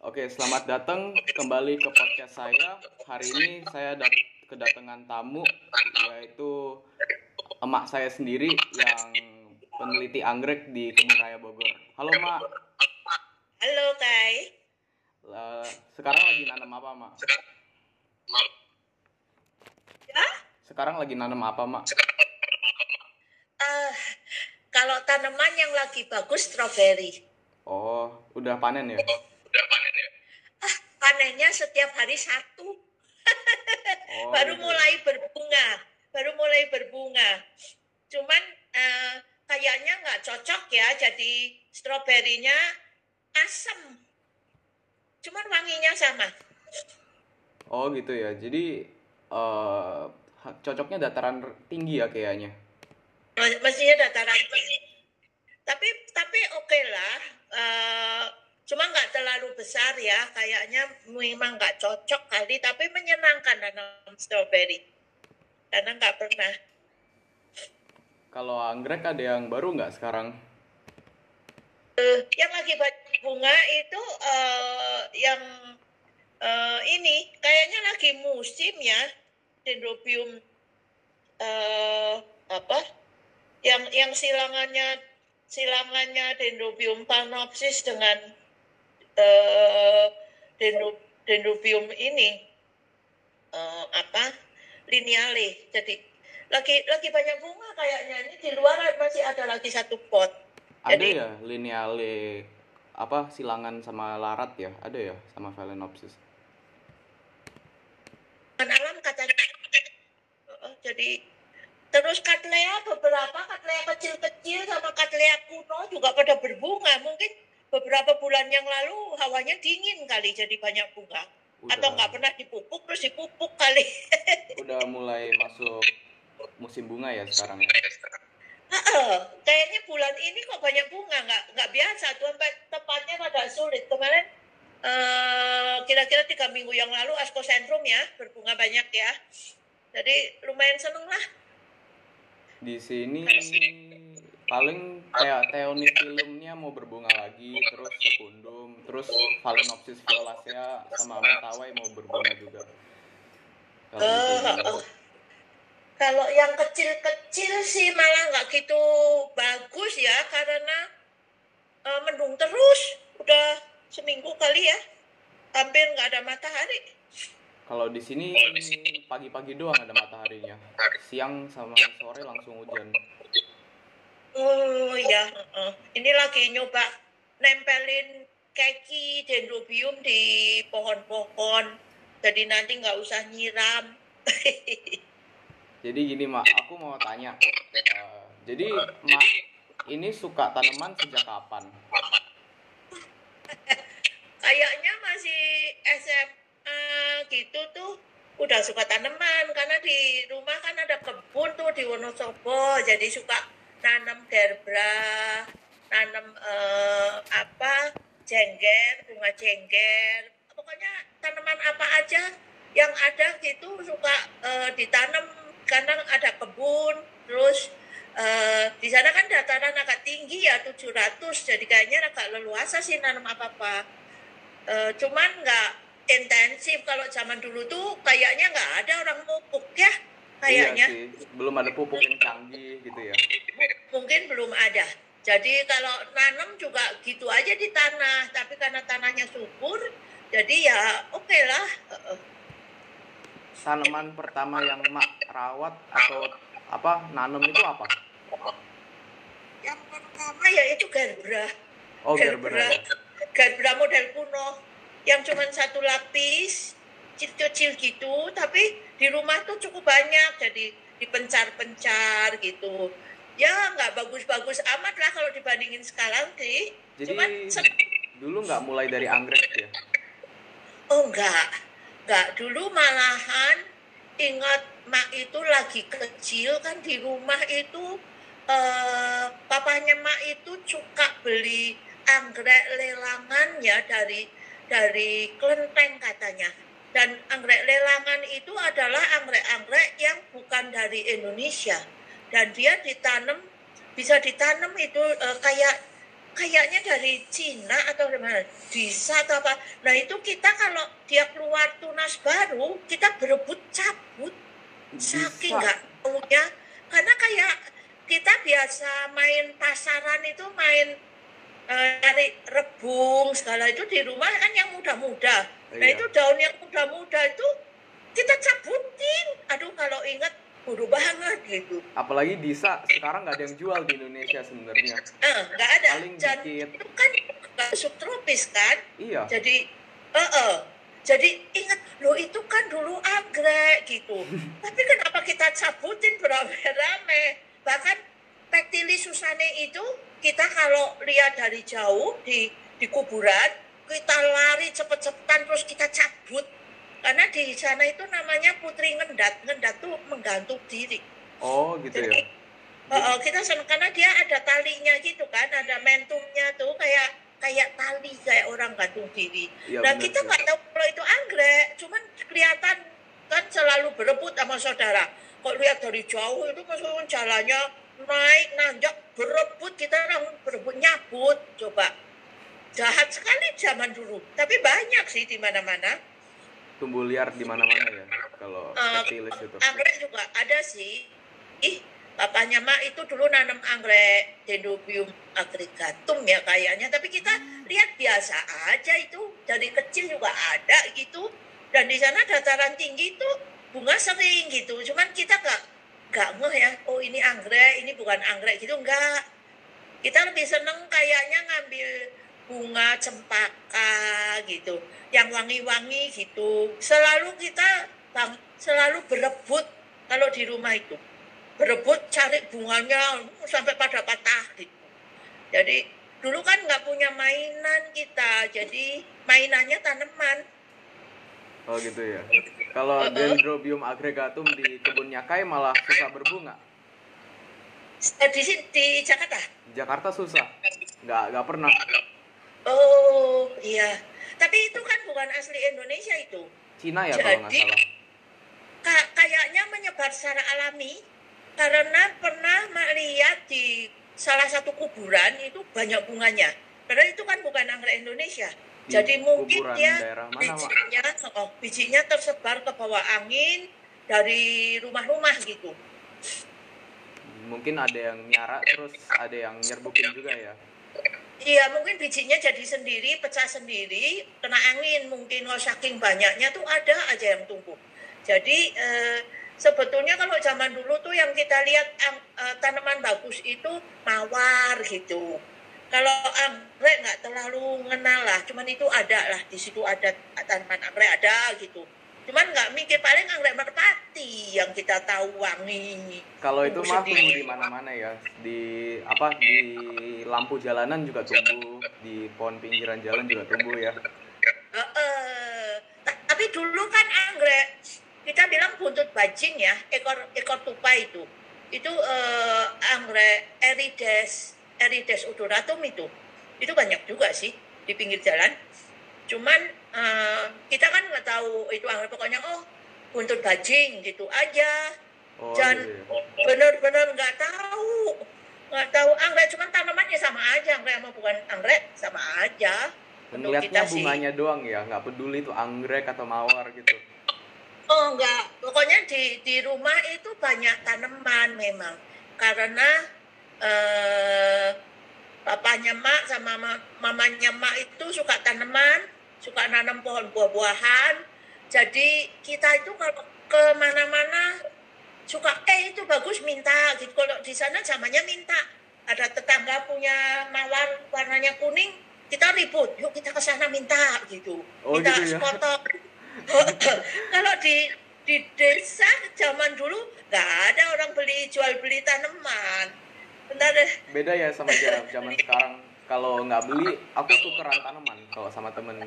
Oke, selamat datang kembali ke podcast saya. Hari ini saya kedatangan tamu, yaitu emak saya sendiri yang peneliti anggrek di Kebun Raya Bogor. Halo, Mak. Halo, Kai. Sekarang lagi nanam apa, Mak? Ya? Sekarang lagi nanam apa, Mak? Kalau tanaman yang lagi bagus stroberi. Oh, udah panen ya? Panennya setiap hari satu. Oh, Baru gitu. mulai berbunga. Cuman kayaknya nggak cocok ya, jadi stroberinya asam. Cuman wanginya sama. Oh, gitu ya. Jadi cocoknya dataran tinggi ya kayaknya. Mestinya dataran tinggi. Tapi oke lah. Cuma nggak terlalu besar ya. Kayaknya memang nggak cocok kali. Tapi menyenangkan nanam stroberi. Karena nggak pernah. Kalau anggrek ada yang baru nggak sekarang? Yang lagi bunga itu yang ini kayaknya lagi musim ya. Dendrobium apa? Yang silangannya Dendrobium Phalaenopsis dengan Dendrobium ini lineale. Jadi lagi banyak bunga kayaknya. Ini di luar masih ada lagi satu pot. Ada Jadi ya lineale silangan sama larat ya? Ada ya sama Phalaenopsis. alam katanya. Jadi terus beberapa Cattleya kecil-kecil sama Cattleya kuno juga pada berbunga. Mungkin beberapa bulan yang lalu hawanya dingin kali jadi banyak bunga. Atau nggak pernah dipupuk terus dipupuk kali. Udah mulai masuk musim bunga ya sekarang ya? Kayaknya bulan ini kok banyak bunga, nggak biasa. Tempatnya agak sulit. Kemarin kira-kira 3 minggu yang lalu Ascosentrum ya berbunga banyak ya. Jadi lumayan seneng lah. Di sini paling kayak Theonychilumnya mau berbunga lagi, terus Secundum, terus Phalaenopsis violacea sama Mentawai mau berbunga juga. Kalau di sini. Kalau yang kecil-kecil sih malah nggak gitu bagus ya karena mendung terus. Udah seminggu kali ya, hampir nggak ada matahari. Kalau di sini pagi-pagi doang ada mataharinya. Siang sama sore langsung hujan. Oh ya, ini lagi nyoba nempelin keki dendrobium di pohon-pohon. Jadi nanti nggak usah nyiram. Jadi gini Mak, aku mau tanya. Jadi Mak ini suka tanaman sejak kapan? Kayaknya masih SMA gitu tuh udah suka tanaman karena di rumah kan ada kebun tuh di Wonosobo, jadi suka nanam gerbera, nanam jengger, bunga jengger, pokoknya tanaman apa aja yang ada gitu suka ditanam karena ada kebun. Terus di sana kan dataran agak tinggi ya 700, jadi kayaknya agak leluasa sih nanam apa-apa. Cuman nggak intensif. Kalau zaman dulu tuh kayaknya nggak ada orang pupuk ya kayaknya. Iya sih, belum ada pupuk yang canggih gitu ya. Mungkin belum ada. Jadi kalau nanam juga gitu aja di tanah, tapi karena tanahnya subur, jadi ya oke lah. Tanaman pertama yang Mak rawat atau nanam itu apa? Yang pertama ya itu gerbera. Oh, gerbera. Gerbera model kuno yang cuma satu lapis, kecil-kecil gitu, tapi di rumah tuh cukup banyak, jadi dipencar-pencar gitu. Ya nggak bagus-bagus amat lah kalau dibandingin sekarang sih. Jadi Cuman dulu nggak mulai dari anggrek ya? oh nggak dulu malahan ingat mak itu lagi kecil kan di rumah itu papanya mak itu suka beli anggrek lelangan ya dari Klenteng katanya. Dan anggrek lelangan itu adalah anggrek-anggrek yang bukan dari Indonesia. Dan dia bisa ditanam itu kayak kayaknya dari Cina atau dari mana, Disa atau apa. Nah itu kita kalau dia keluar tunas baru, kita berebut cabut, saking Bisa. nggak taunya. Karena kayak kita biasa main pasaran itu main cari rebung segala itu di rumah kan yang muda-muda. Nah Iya. itu daun yang muda-muda itu kita cabutin. Aduh kalau ingat bodoh banget gitu. Apalagi Disa sekarang nggak ada yang jual di Indonesia sebenarnya. Nggak ada. Paling Dan dikit. itu kan nggak subtropis kan. Iya. Jadi jadi ingat lo itu kan dulu anggrek gitu. Tapi kenapa kita cabutin beramai-ramai? Bahkan Pectilis susane itu kita kalau lihat dari jauh di kuburan, kita lari cepet-cepetan terus kita cabut. Karena di sana itu namanya Putri Ngendat. Ngendat tuh menggantung diri. Oh gitu ya. Jadi kita senang karena dia ada talinya gitu kan, ada mentumnya tuh kayak tali kayak orang gantung diri. Iya, Nah benar kita sih. nggak tahu kalau itu anggrek, cuman kelihatan kan selalu berebut sama saudara. Kok lihat dari jauh itu maksudnya jalannya naik nanjak berebut, kita orang berebut nyabut. Coba jahat sekali zaman dulu, tapi banyak sih di mana-mana. Tumbuh liar di mana-mana ya kalau Pectilis itu. Anggrek juga ada sih. Papanya Mak itu dulu nanam anggrek Dendrobium aggregatum ya kayaknya, tapi kita lihat biasa aja itu, dari kecil juga ada gitu. Dan di sana dataran tinggi itu bunga sering gitu, cuman kita nggak ngeh ya, oh ini anggrek, ini bukan anggrek gitu, enggak. Kita lebih seneng kayaknya ngambil bunga cempaka gitu, yang wangi-wangi gitu. Selalu berebut kalau di rumah itu. Berebut cari bunganya sampai pada patah gitu. Jadi dulu kan nggak punya mainan kita, jadi mainannya tanaman. Oh gitu ya. Kalau Dendrobium aggregatum di kebun Nyakai malah susah berbunga. Di Jakarta. Jakarta susah. Nggak pernah. Oh iya, tapi itu kan bukan asli Indonesia itu. Cina ya kalau nggak Jadi salah. kayaknya menyebar secara alami, karena pernah melihat di salah satu kuburan itu banyak bunganya. Karena itu kan bukan anggrek Indonesia. Di Jadi mungkin kuburan dia daerah mana, Mak? bijinya tersebar ke bawah angin dari rumah-rumah gitu. Mungkin ada yang nyara terus ada yang nyerbukin juga ya. Iya, mungkin bijinya jadi sendiri, pecah sendiri, kena angin mungkin. Kalau saking banyaknya tuh ada aja yang tumbuh. Jadi sebetulnya kalau zaman dulu tuh yang kita lihat tanaman bagus itu mawar gitu. Kalau anggrek nggak terlalu ngenal lah, cuman itu ada lah, di situ ada tanaman anggrek ada gitu. Cuman nggak mikir, paling anggrek merpati yang kita tahu wangi. Kalau itu tumbuh mah tumbuh sendiri. di mana-mana ya. Di lampu jalanan juga tumbuh, di pohon pinggiran jalan juga tumbuh ya. Tapi dulu kan anggrek kita bilang buntut bajing ya, ekor tupai itu anggrek Erides odoratum itu banyak juga sih di pinggir jalan. Cuman kita kan nggak tahu itu anggrek, pokoknya buntut bajing gitu aja. Oh Dan gitu ya. benar-benar nggak tahu anggrek, cuman tanamannya sama aja, anggrek sama bukan anggrek sama aja. Untuk Ngeliatnya kita sih. bunganya doang ya, nggak peduli itu anggrek atau mawar gitu. Oh enggak, pokoknya di rumah itu banyak tanaman memang, karena papanya Mak sama mamanya Mak itu suka tanaman, suka nanam pohon buah-buahan. Jadi kita itu kalau ke mana-mana suka itu bagus minta gitu. Kalau di sana zamannya minta, ada tetangga punya mawar warnanya kuning, kita ribut, yuk kita ke sana minta gitu. Oh, Minta gitu ya. sepotong. Kalau di desa zaman dulu nggak ada orang jual beli tanaman. Bentar deh. Beda ya sama zaman sekarang. Kalau nggak beli, aku tukeran tanaman kalau sama temen.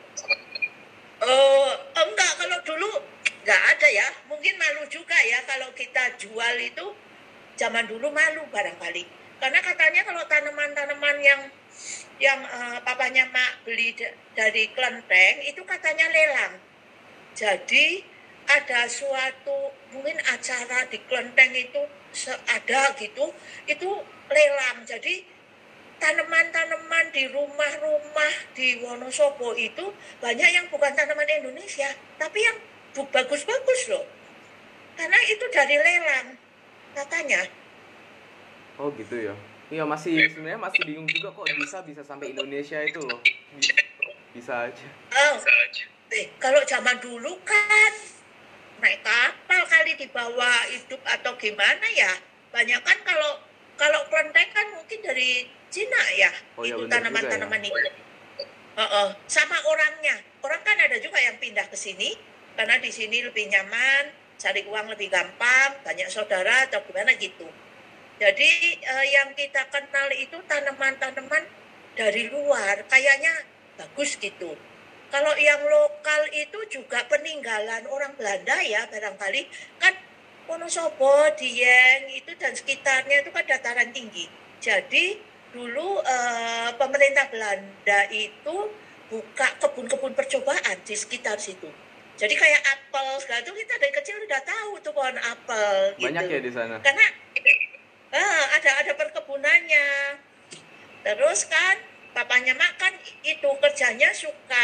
Enggak, kalau dulu nggak ada ya. Mungkin malu juga ya kalau kita jual itu, zaman dulu malu barangkali. Karena katanya kalau tanaman-tanaman yang papanya Mak beli dari kelenteng itu katanya lelang. Jadi ada suatu mungkin acara di kelenteng itu ada gitu, itu lelang. Jadi tanaman-tanaman di rumah-rumah di Wonosobo itu banyak yang bukan tanaman Indonesia, tapi yang bagus-bagus loh. Karena itu dari lelang katanya. Oh gitu ya. Iya sebenarnya masih bingung juga kok bisa sampai Indonesia itu loh. Bisa aja. Oh, kalau zaman dulu kan naik kapal kali dibawa hidup atau gimana ya. Banyak kan kalau kelenteng kan mungkin dari Cina ya. Oh, ya, itu tanaman-tanaman ya. itu. Sama orangnya. Orang kan ada juga yang pindah ke sini karena di sini lebih nyaman, cari uang lebih gampang, banyak saudara atau gimana gitu. Jadi yang kita kenal itu tanaman-tanaman dari luar, kayaknya bagus gitu. Kalau yang lokal itu juga peninggalan orang Belanda ya barangkali. Kan Wonosobo, Dieng itu dan sekitarnya itu kan dataran tinggi. Jadi dulu pemerintah Belanda itu buka kebun-kebun percobaan di sekitar situ. Jadi kayak apel segala itu kita dari kecil udah tahu tuh pohon apel. Banyak gitu. Ya di sana. Karena ada perkebunannya. Terus kan papanya Mak kan itu kerjanya suka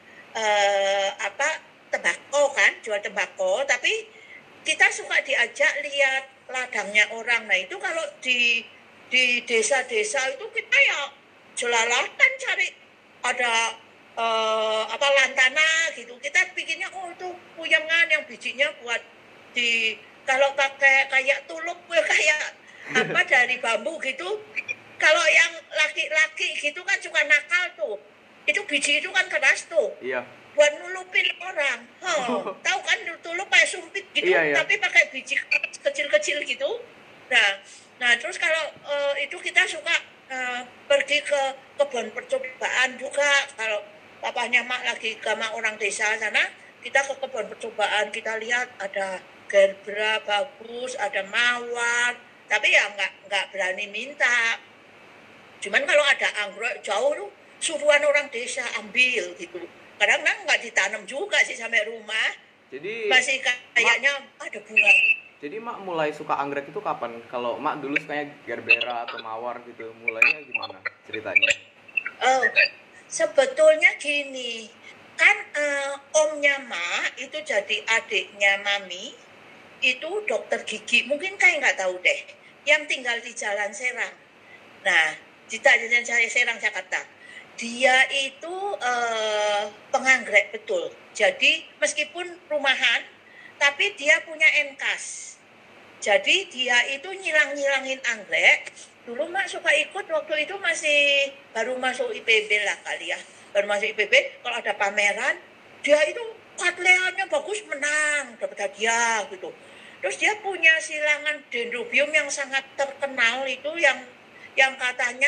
tembakau kan, jual tembakau, tapi kita suka diajak lihat ladangnya orang. Nah itu kalau di desa-desa itu kita ya jelalatan cari ada lantana gitu. Kita bikinnya itu puyangan yang bijinya buat kalau pakai kayak tulup kayak dari bambu gitu. Kalau yang laki-laki gitu kan suka nakal tuh. Itu biji itu kan keras tuh. Iya. Buat nulupin orang. Tahu kan tulup kayak sumpit gitu, iya. tapi pakai biji kecil-kecil gitu. Nah terus kalau itu kita suka pergi ke kebun percobaan juga. Kalau papahnya Mak lagi sama orang desa sana, kita ke kebun percobaan, kita lihat ada gerbera bagus, ada mawar, tapi ya nggak berani minta. Cuman kalau ada anggrek jauh tuh suruhan orang desa ambil gitu. Kadang-kadang nggak ditanam juga sih sampai rumah. Jadi masih kayaknya ada bunga. Jadi Mak mulai suka anggrek itu kapan? Kalau Mak dulu sukanya gerbera atau mawar gitu, mulainya gimana ceritanya? Sebetulnya gini, kan omnya Mak itu jadi adiknya Mami, itu dokter gigi, mungkin kayak nggak tahu deh, yang tinggal di Jalan Serang. Nah, di Jalan Serang Jakarta. Dia itu penganggrek betul. Jadi meskipun rumahan, tapi dia punya enkas. Jadi dia itu nyilang-nyilangin anggrek. Dulu Mak suka ikut waktu itu masih baru masuk IPB lah kali ya. Baru masuk IPB, kalau ada pameran, dia itu katleannya bagus, menang, dapat hadiah gitu. Terus dia punya silangan dendrobium yang sangat terkenal itu yang katanya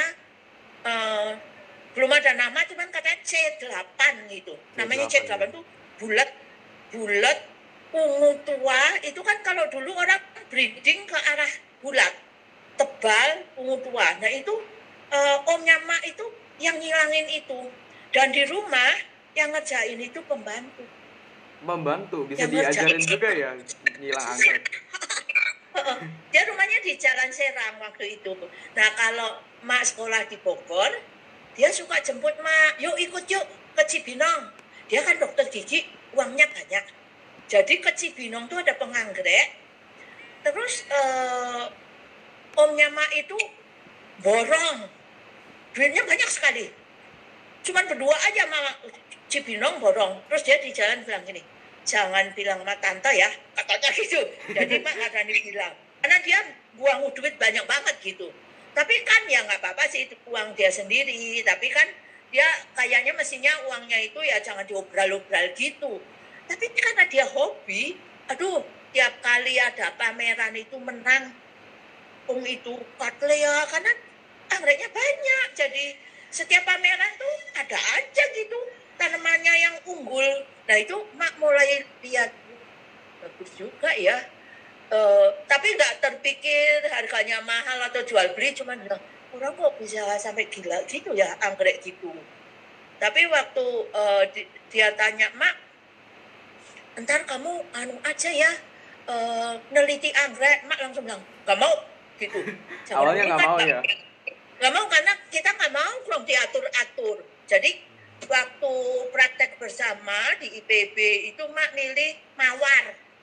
belum ada nama, cuman katanya C8 gitu. Namanya C8 itu bulat ungu tua. Itu kan kalau dulu orang breeding ke arah bulat, tebal, ungu tua. Nah itu omnya Mak itu yang ngilangin itu. Dan di rumah yang ngerjain itu pembantu. Bisa yang diajarin juga ya ngilang anggrek. Dia rumahnya di Jalan Serang waktu itu. Nah kalau Mak sekolah di Bogor, dia suka jemput Mak, yuk ikut yuk ke Cibinong. Dia kan dokter gigi, uangnya banyak. Jadi ke Cibinong tuh ada penganggrek. Terus omnya Mak itu borong. Duitnya banyak sekali. Cuman berdua aja sama Cibinong borong. Terus dia di jalan bilang gini, jangan bilang sama tante ya, katanya gitu. Jadi Mak nggak berani bilang. Karena dia buang duit banyak banget gitu. Tapi kan ya nggak apa-apa sih, itu uang dia sendiri. Tapi kan dia kayaknya mestinya uangnya itu ya jangan diobral-obral gitu. Tapi karena dia hobi, tiap kali ada pameran itu menang. Itu katlea, karena anggreknya banyak. Jadi setiap pameran tuh ada aja gitu tanamannya yang unggul. Nah itu Mak mulai lihat, bagus juga ya. Tapi nggak terpikir harganya mahal atau jual beli, cuman bilang orang kok bisa sampai gila gitu ya anggrek gitu. Tapi waktu dia tanya, Mak, ntar kamu aja ya neliti anggrek, Mak langsung bilang nggak mau gitu. Awalnya nggak mau ya. Nggak mau karena kita nggak mau dong diatur-atur. Jadi waktu praktek bersama di IPB itu Mak milih mawar.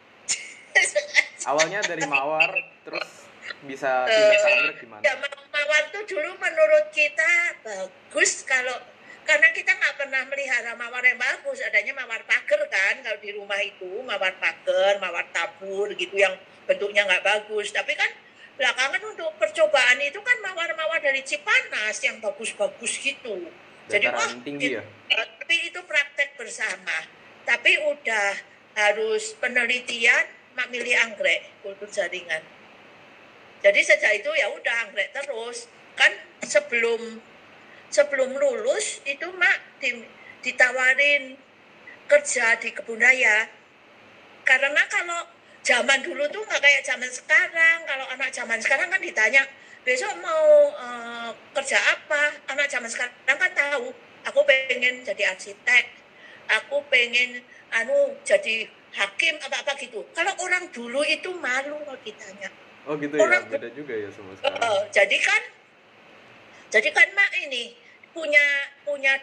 Awalnya dari mawar, terus bisa pindah ke anggrek gimana? Ya, mawar itu dulu menurut kita bagus karena kita nggak pernah melihara mawar yang bagus. Adanya mawar pager kan kalau di rumah itu, mawar pager, mawar tabur gitu yang bentuknya nggak bagus. Tapi kan belakangan untuk percobaan itu kan mawar-mawar dari Cipanas yang bagus-bagus gitu. Jadi Dataran tinggi ya? Tapi itu praktek bersama. Tapi udah harus penelitian, Mak milih anggrek, kultur jaringan. Jadi sejak itu ya udah anggrek terus. Kan sebelum lulus itu Mak ditawarin kerja di kebun raya. Karena kalau zaman dulu tuh nggak kayak zaman sekarang. Kalau anak zaman sekarang kan ditanya, besok mau kerja apa? Anak zaman sekarang kan tahu, aku pengen jadi arsitek, aku pengen jadi hakim apa-apa gitu. Kalau orang dulu itu malu kalau ditanya. Oh gitu ya, beda juga ya sama sekarang. Jadi kan Mak ini punya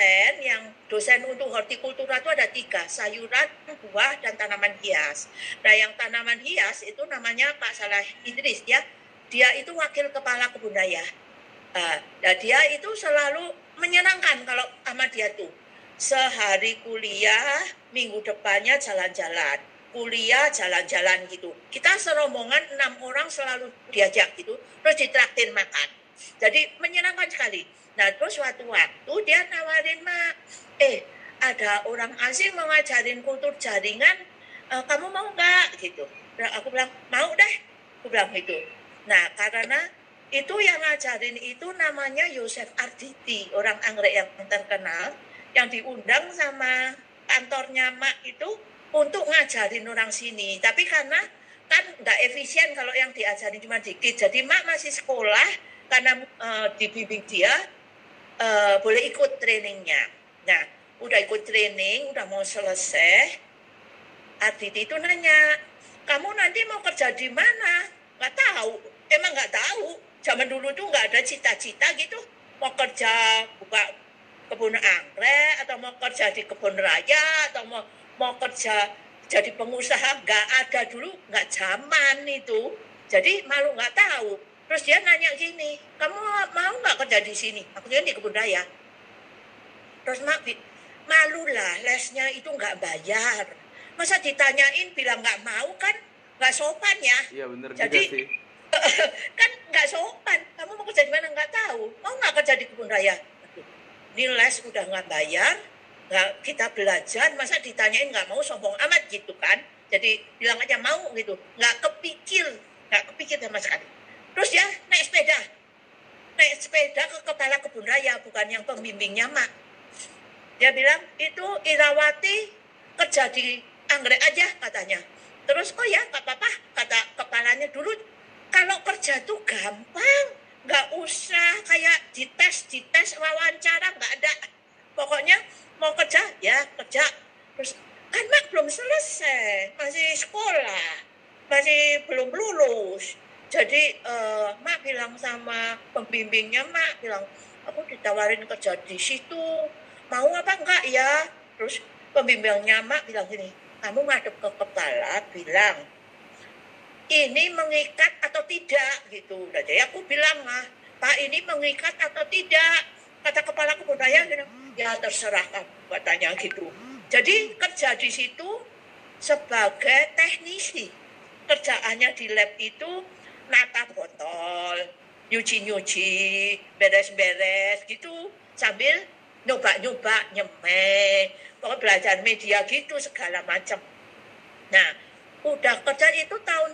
dosen untuk hortikultura itu ada 3, sayuran, buah, dan tanaman hias. Nah yang tanaman hias itu namanya Pak Salah Idris ya. Dia itu wakil kepala kebun raya. Nah, dia itu selalu menyenangkan kalau sama dia tuh. Sehari kuliah, minggu depannya jalan-jalan. Kuliah, jalan-jalan gitu. Kita serombongan 6 orang selalu diajak gitu. Terus ditraktir makan. Jadi menyenangkan sekali. Nah terus suatu waktu dia nawarin Mak, ada orang asing mau ngajarin kultur jaringan, kamu mau nggak gitu. Nah, aku bilang mau deh, aku bilang gitu. Nah karena itu yang ngajarin itu namanya Yosef Arditi, orang anggrek yang terkenal, yang diundang sama kantornya Mak itu untuk ngajarin orang sini. Tapi karena kan nggak efisien kalau yang diajarin cuma dikit. Jadi Mak masih sekolah karena dibimbing dia boleh ikut trainingnya. Nah, udah ikut training, udah mau selesai. Arditi itu nanya, kamu nanti mau kerja di mana? Nggak tahu. Emang nggak tahu. Zaman dulu tuh nggak ada cita-cita gitu. Mau kerja buka kebun anggrek, atau mau kerja di kebun raya, atau mau kerja jadi pengusaha. Nggak ada dulu, nggak zaman itu. Jadi malu nggak tahu. Terus dia nanya gini, kamu mau nggak kerja di sini? Aku kan di kebun raya. Terus Mak malu lah, lesnya itu nggak bayar. Masa ditanyain bilang nggak mau kan nggak sopan ya. Iya bener jadi, juga sih. Kan nggak sopan. Kamu mau kerja di mana nggak tahu. Mau nggak kerja di kebun raya? Ini les udah nggak bayar, nggak kita belajar. Masa ditanyain nggak mau, sombong amat gitu kan. Jadi bilang aja mau gitu. Nggak kepikir sama sekali. Terus ya naik sepeda ke kepala kebun raya, bukan yang pembimbingnya Mak. Dia bilang itu Irawati kerja di anggrek aja katanya. Terus oh ya nggak apa-apa kata kepalanya dulu. Kalau kerja tuh gampang, nggak usah kayak dites wawancara, nggak ada. Pokoknya mau kerja ya kerja. Terus kan Mak belum selesai, masih sekolah, masih belum lulus. Jadi Mak bilang sama pembimbingnya, Mak bilang aku ditawarin kerja di situ, mau apa enggak ya? Terus pembimbingnya Mak bilang gini, kamu ngadep ke kepala bilang ini mengikat atau tidak gitu. Jadi aku bilang lah, Pak ini mengikat atau tidak? Kata kepala kebun raya, ya terserah kamu katanya gitu. Jadi kerja di situ sebagai teknisi. Kerjaannya di lab itu nata botol, nyuci, beres-beres gitu, sambil nyoba-nyoba, nyemeh, pokoknya belajar media gitu segala macam. Nah, udah kerja itu tahun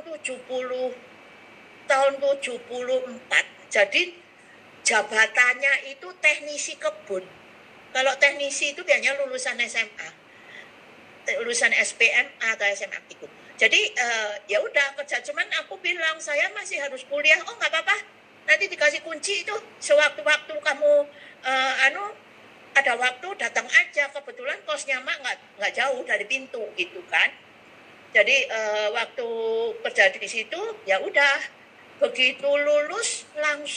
74. Jadi jabatannya itu teknisi kebun. Kalau teknisi itu biasanya lulusan SMA, lulusan SPMA atau SMA gitu. Jadi ya udah kerja, cuman aku bilang saya masih harus kuliah. Oh nggak apa-apa, nanti dikasih kunci itu sewaktu-waktu kamu ada waktu datang aja. Kebetulan kosnya Mak nggak jauh dari pintu gitu kan. Jadi waktu kerja di situ ya udah begitu lulus langsung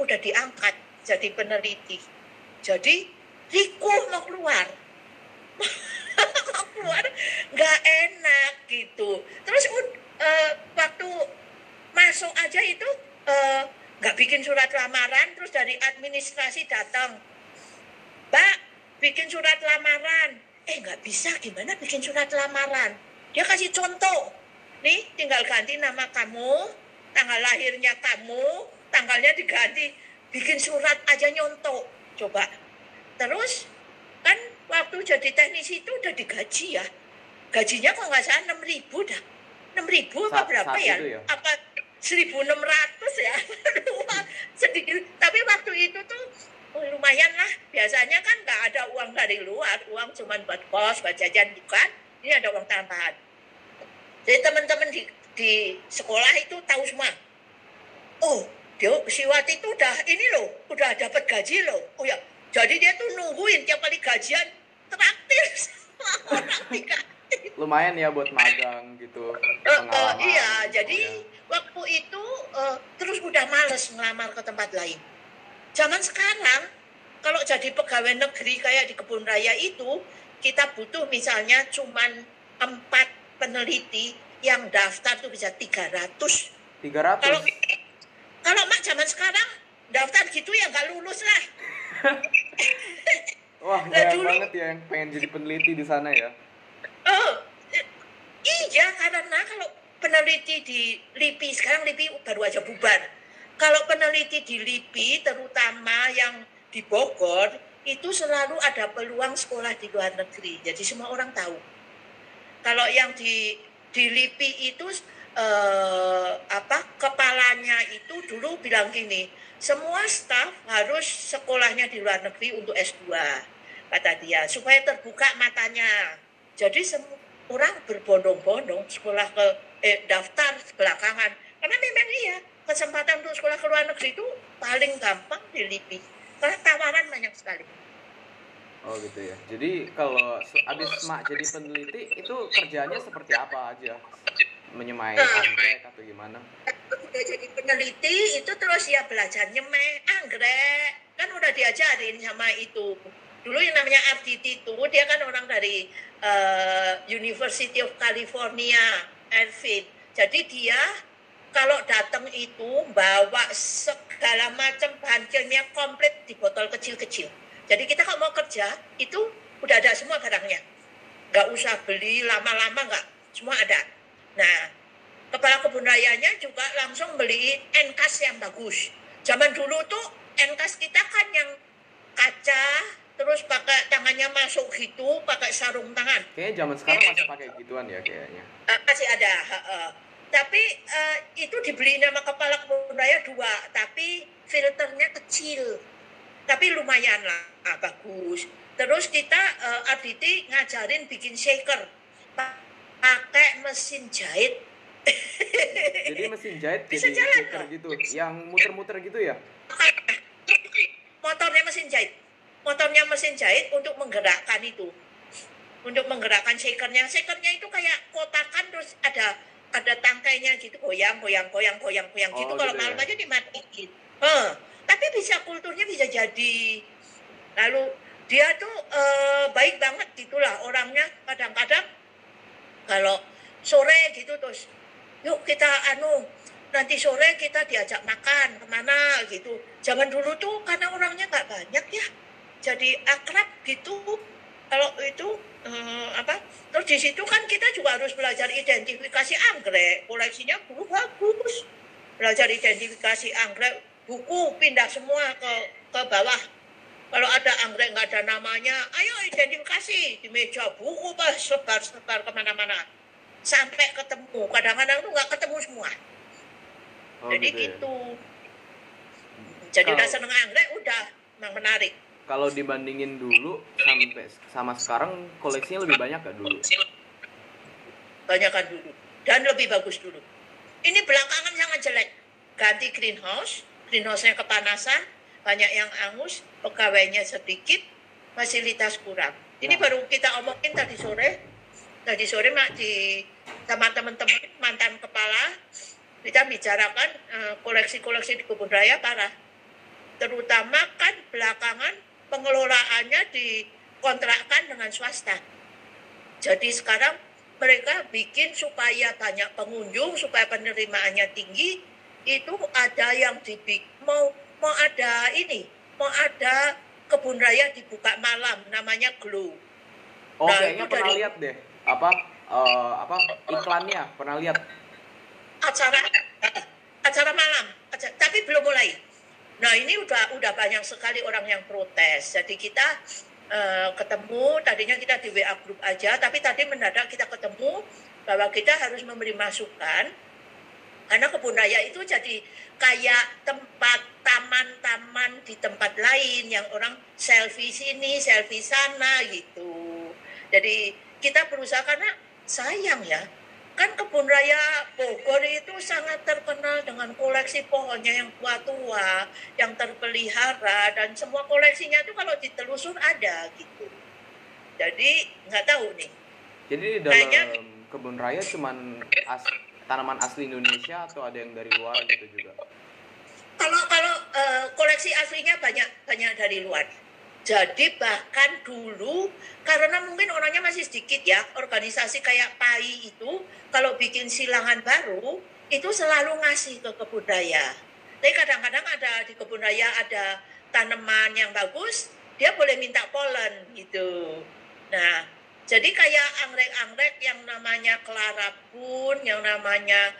udah diangkat jadi peneliti. Jadi Riko mau keluar. Mau keluar nggak enak gitu. Terus waktu masuk aja itu nggak bikin surat lamaran, terus dari administrasi datang, Mbak, bikin surat lamaran. Nggak bisa, gimana bikin surat lamaran? Dia kasih contoh. Nih, tinggal ganti nama kamu, tanggal lahirnya kamu, tanggalnya diganti. Bikin surat aja nyontok. Coba. Terus, kan waktu jadi teknisi itu udah digaji ya. Gajinya kok nggak salah 6.000 dah. 6.000 apa berapa ya? Apa 1.600 ya? Sedikit. Tapi waktu itu tuh lumayan lah. Biasanya kan nggak ada uang dari luar. Uang cuma buat kos, buat jajan, bukan. Ini ada uang tambahan. Jadi teman-teman di sekolah itu tahu semua. Oh, si Wati itu udah dapat gaji loh. Oh ya, jadi dia tuh nungguin tiap kali gajian traktir sama orang dikasih. Lumayan ya buat magang gitu. Iya, jadi waktu itu terus udah males ngelamar ke tempat lain. Zaman sekarang, kalau jadi pegawai negeri kayak di Kebun Raya itu, kita butuh misalnya cuman 4 peneliti yang daftar tuh bisa 300. 300? Kalau mak zaman sekarang daftar gitu ya nggak lulus lah. Wah, banyak banget ya yang pengen jadi peneliti di sana ya. Iya, karena kalau peneliti di LIPI, sekarang LIPI baru aja bubar. Kalau peneliti di LIPI, terutama yang di Bogor, itu selalu ada peluang sekolah di luar negeri. Jadi semua orang tahu. Kalau yang di LIPI itu kepalanya itu dulu bilang gini, semua staf harus sekolahnya di luar negeri untuk S2, kata dia, supaya terbuka matanya. Jadi semua orang berbondong-bondong sekolah daftar belakangan. Karena memang iya, kesempatan untuk sekolah ke luar negeri itu paling gampang di LIPI. Karena tawaran banyak sekali. Oh gitu ya. Jadi kalau abis mak jadi peneliti itu kerjanya seperti apa aja? Menyemai anggrek atau gimana? Udah jadi peneliti itu terus ya belajar nyemai anggrek. Kan udah diajarin sama itu. Dulu yang namanya Arditi itu dia kan orang dari University of California, Irvine. Jadi dia kalau datang itu bawa segala macam bahan kimia komplit di botol kecil-kecil. Jadi kita kalau mau kerja, itu udah ada semua barangnya. Nggak usah beli lama-lama, nggak. Semua ada. Nah, kepala kebun rayanya juga langsung beli enkas yang bagus. Zaman dulu tuh enkas kita kan yang kaca, terus pakai tangannya masuk gitu, pakai sarung tangan. Kayaknya zaman sekarang masih pakai gituan ya kayaknya. Masih ada. Tapi itu dibeli nama kepala kebun raya 2, tapi filternya kecil. Tapi lumayan lah, bagus. Terus kita Arditi ngajarin bikin shaker pakai mesin jahit. Jadi mesin jahit bisa jadi jalan, shaker gitu, yang muter-muter gitu ya? Motornya mesin jahit untuk menggerakkan itu, untuk menggerakkan shakernya. Shakernya itu kayak kotakan terus ada tangkainya gitu, goyang gitu. Kalau malam aja dimatiin. Tapi bisa kulturnya bisa jadi. Lalu dia tuh baik banget gitulah orangnya. Kadang-kadang kalau sore gitu terus, yuk kita nanti sore kita diajak makan kemana gitu. Zaman dulu tuh karena orangnya nggak banyak ya, jadi akrab gitu. Kalau itu terus di situ kan kita juga harus belajar identifikasi anggrek. Koleksinya dulu bagus. Belajar identifikasi anggrek, buku pindah semua ke bawah. Kalau ada anggrek nggak ada namanya, ayo identifikasi di meja, buku sebar kemana-mana sampai ketemu. Kadang-kadang tuh nggak ketemu semua. Jadi gitu. Jadi udah seneng anggrek, udah memang menarik. Kalau dibandingin dulu sampai sama sekarang, koleksinya lebih banyak gak dulu? Banyak kan dulu dan lebih bagus dulu. Ini belakangan sangat jelek. Ganti greenhouse-nya kepanasan, banyak yang angus, pegawainya sedikit, fasilitas kurang. Ini baru kita omongin tadi sore sama teman-teman mantan kepala, kita bicarakan koleksi-koleksi di Kebun Raya parah. terutama kan belakangan pengelolaannya dikontrakkan dengan swasta. Jadi sekarang mereka bikin supaya banyak pengunjung, supaya penerimaannya tinggi, itu ada yang mau ada kebun raya dibuka malam, namanya Glow. Oh, kayaknya pernah lihat deh. Apa iklannya? Pernah lihat? Acara malam, tapi belum mulai. Nah, ini udah banyak sekali orang yang protes. Jadi kita ketemu, tadinya kita di WA group aja, tapi tadi mendadak kita ketemu bahwa kita harus memberi masukan karena kebun raya itu jadi kayak tempat taman-taman di tempat lain yang orang selfie sini, selfie sana gitu. Jadi kita berusaha karena sayang ya, kan kebun raya Bogor itu sangat terkenal dengan koleksi pohonnya yang tua-tua, yang terpelihara, dan semua koleksinya itu kalau ditelusur ada gitu. Jadi nggak tahu nih. Jadi di dalam kebun raya cuman tanaman asli Indonesia atau ada yang dari luar gitu juga? Kalau koleksi aslinya banyak dari luar. Jadi bahkan dulu karena mungkin orangnya masih sedikit ya, organisasi kayak PAI itu kalau bikin silangan baru itu selalu ngasih ke kebun raya. Tapi kadang-kadang ada di kebun raya ada tanaman yang bagus, dia boleh minta polen gitu. Nah, jadi kayak anggrek-anggrek yang namanya Clara Boon, yang namanya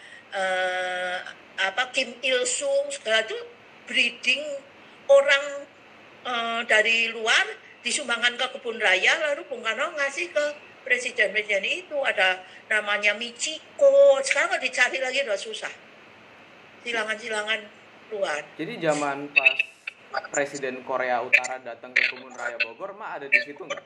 Kim Il Sung, segala itu breeding orang dari luar disumbangkan ke kebun raya, lalu Bung Karno ngasih ke presiden itu. Ada namanya Michiko, sekarang kalau dicari lagi udah susah, silangan-silangan luar. Jadi zaman pas Presiden Korea Utara datang ke kebun raya Bogor, Mak ada di situ nggak?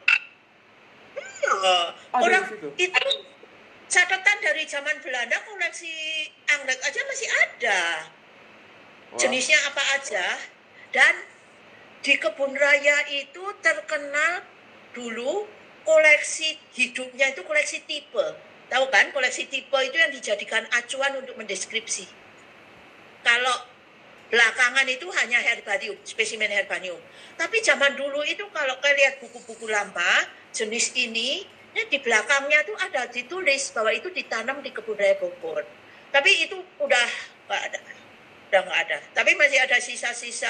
Orang itu catatan dari zaman Belanda, koleksi anggrek aja masih ada. Wah. Jenisnya apa aja. Dan di kebun raya itu terkenal dulu koleksi hidupnya itu koleksi tipe. Tahu kan, koleksi tipe itu yang dijadikan acuan untuk mendeskripsi. Kalau belakangan itu hanya herbarium, spesimen herbarium. Tapi zaman dulu itu kalau kalian lihat buku-buku lama, jenis ini di belakangnya tuh ada ditulis bahwa itu ditanam di kebun raya Bogor. Tapi itu udah nggak ada. Tapi masih ada sisa-sisa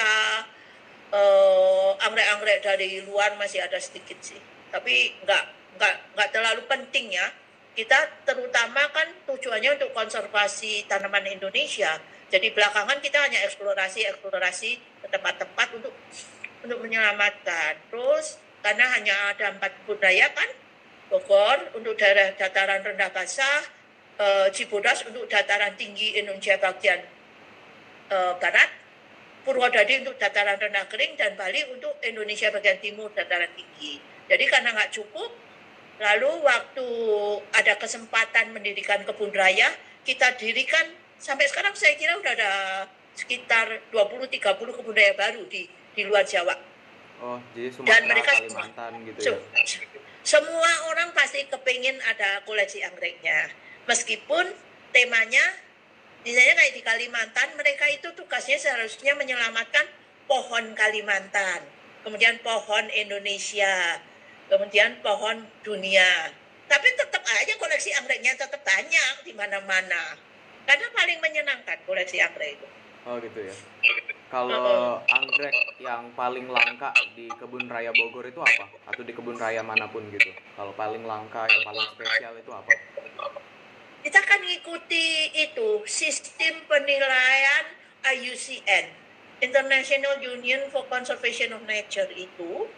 anggrek-anggrek dari luar masih ada sedikit sih. Tapi nggak terlalu penting ya. Kita terutama kan tujuannya untuk konservasi tanaman Indonesia. Jadi belakangan kita hanya eksplorasi ke tempat-tempat untuk menyelamatkan. Terus karena hanya ada 4 kebun raya kan, Bogor untuk daerah dataran rendah basah, Cibodas untuk dataran tinggi Indonesia bagian barat, Purwodadi untuk dataran rendah kering, dan Bali untuk Indonesia bagian timur dataran tinggi. Jadi karena nggak cukup, lalu waktu ada kesempatan mendirikan kebun raya, kita dirikan. Sampai sekarang saya kira udah ada sekitar 20-30 kebun raya baru di luar Jawa. Oh, jadi Sumatera, mereka Kalimantan gitu ya? Semua orang pasti kepingin ada koleksi anggreknya. Meskipun temanya, misalnya kayak di Kalimantan, mereka itu tugasnya seharusnya menyelamatkan pohon Kalimantan, kemudian pohon Indonesia, kemudian pohon dunia. Tapi tetap aja koleksi anggreknya tetap banyak di mana-mana. Karena paling menyenangkan koleksi anggrek itu. Oh gitu ya. Kalau anggrek yang paling langka di kebun raya Bogor itu apa? Atau di kebun raya manapun gitu? Kalau paling langka, yang paling spesial itu apa? Kita akan mengikuti itu sistem penilaian IUCN, International Union for Conservation of Nature itu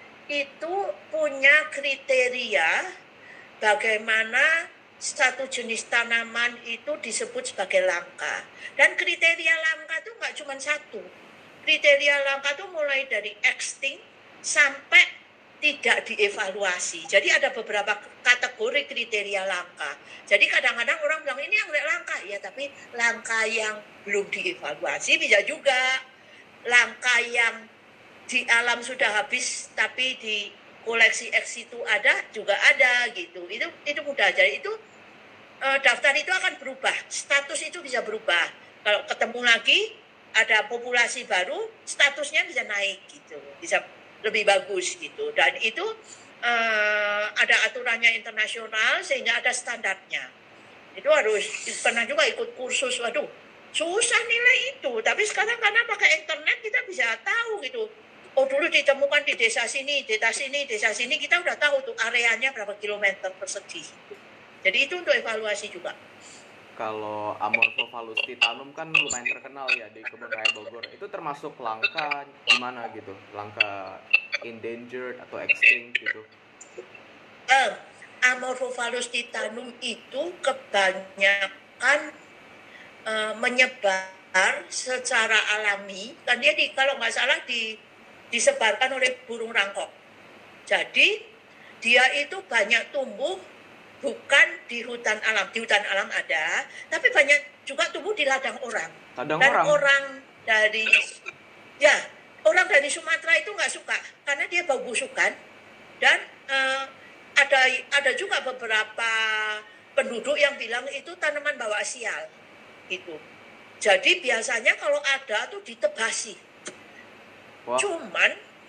punya kriteria bagaimana satu jenis tanaman itu disebut sebagai langka. Dan kriteria langka itu nggak cuma satu. Kriteria langka itu mulai dari extinct sampai tidak dievaluasi. Jadi ada beberapa kategori kriteria langka. Jadi kadang-kadang orang bilang ini anggrek langka. Ya tapi langka yang belum dievaluasi bisa juga. Langka yang di alam sudah habis tapi di koleksi X itu ada, juga ada gitu. Itu mudah. Jadi itu daftar itu akan berubah, status itu bisa berubah. Kalau ketemu lagi ada populasi baru, statusnya bisa naik gitu, bisa lebih bagus gitu. Dan itu ada aturannya internasional sehingga ada standarnya. Itu harus pernah juga ikut kursus, waduh susah nilai itu. Tapi sekarang karena pakai internet kita bisa tahu gitu. Oh dulu ditemukan di desa sini, desa sini kita udah tahu tuh areanya berapa kilometer persegi. Jadi itu untuk evaluasi juga. Kalau Amorphophallus titanum kan lumayan terkenal ya di Kebun Raya Bogor. Itu termasuk langka gimana gitu? Langka endangered atau extinct gitu? Amorphophallus titanum itu kebanyakan menyebar secara alami. Kan dia kalau nggak salah disebarkan oleh burung rangkong. Jadi dia itu banyak tumbuh bukan di hutan alam. Di hutan alam ada, tapi banyak juga tumbuh di ladang orang. Ladang Dan orang? orang dari Sumatera itu nggak suka karena dia bau busukan. Dan ada juga beberapa penduduk yang bilang itu tanaman bawa sial gitu. Jadi biasanya kalau ada tuh ditebasi. Wah. Cuman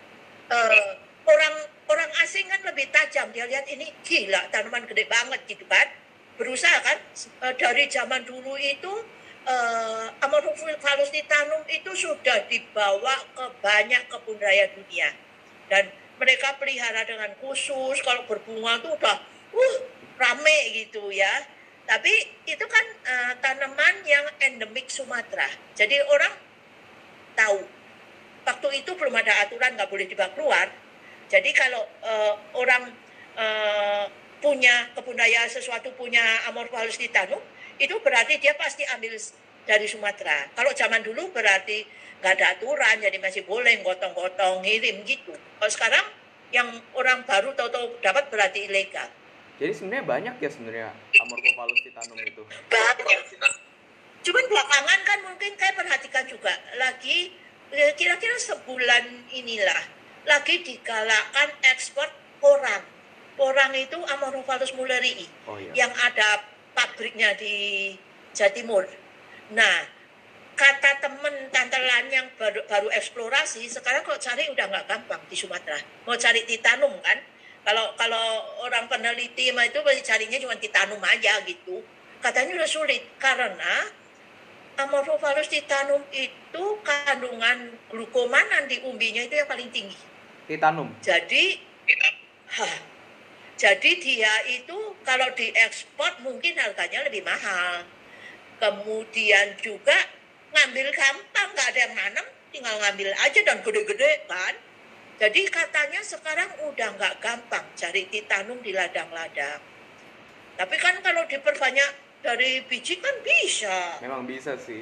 orang asing kan lebih tajam, dia lihat ini gila tanaman gede banget gitu kan, berusaha kan. Dari zaman dulu itu Amorphophallus titanum itu sudah dibawa ke banyak kebun raya dunia dan mereka pelihara dengan khusus. Kalau berbunga tuh udah rame gitu ya. Tapi itu kan tanaman yang endemik Sumatera, jadi orang tahu. Waktu itu belum ada aturan nggak boleh dibawa keluar. Jadi kalau orang punya kebun raya sesuatu, punya Amorphophallus titanum, itu berarti dia pasti ambil dari Sumatera. Kalau zaman dulu berarti nggak ada aturan, jadi masih boleh gotong-gotong ngirim gitu. Kalau sekarang yang orang baru tahu-tahu dapat berarti ilegal. Jadi sebenarnya banyak ya sebenarnya Amorphophallus titanum itu. Banyak. Cuman belakangan kan mungkin kayak perhatikan juga lagi kira-kira sebulan inilah lagi digalakkan ekspor porang. Porang itu Amorphophallus mullerii yang ada pabriknya di Jatimur. Nah, kata temen tantelan yang baru eksplorasi, sekarang kalau cari udah nggak gampang di Sumatera. Mau cari titanum kan? Kalau orang peneliti itu carinya cuma titanum aja gitu. Katanya udah sulit karena Amorphophallus titanum itu kandungan glukomanan di umbinya itu yang paling tinggi. Titanum. Jadi dia itu kalau diekspor mungkin harganya lebih mahal. Kemudian juga ngambil gampang, nggak ada yang nanam, tinggal ngambil aja dan gede-gede kan. Jadi katanya sekarang udah nggak gampang cari titanum di ladang-ladang. Tapi kan kalau diperbanyak dari biji kan bisa. Memang bisa sih.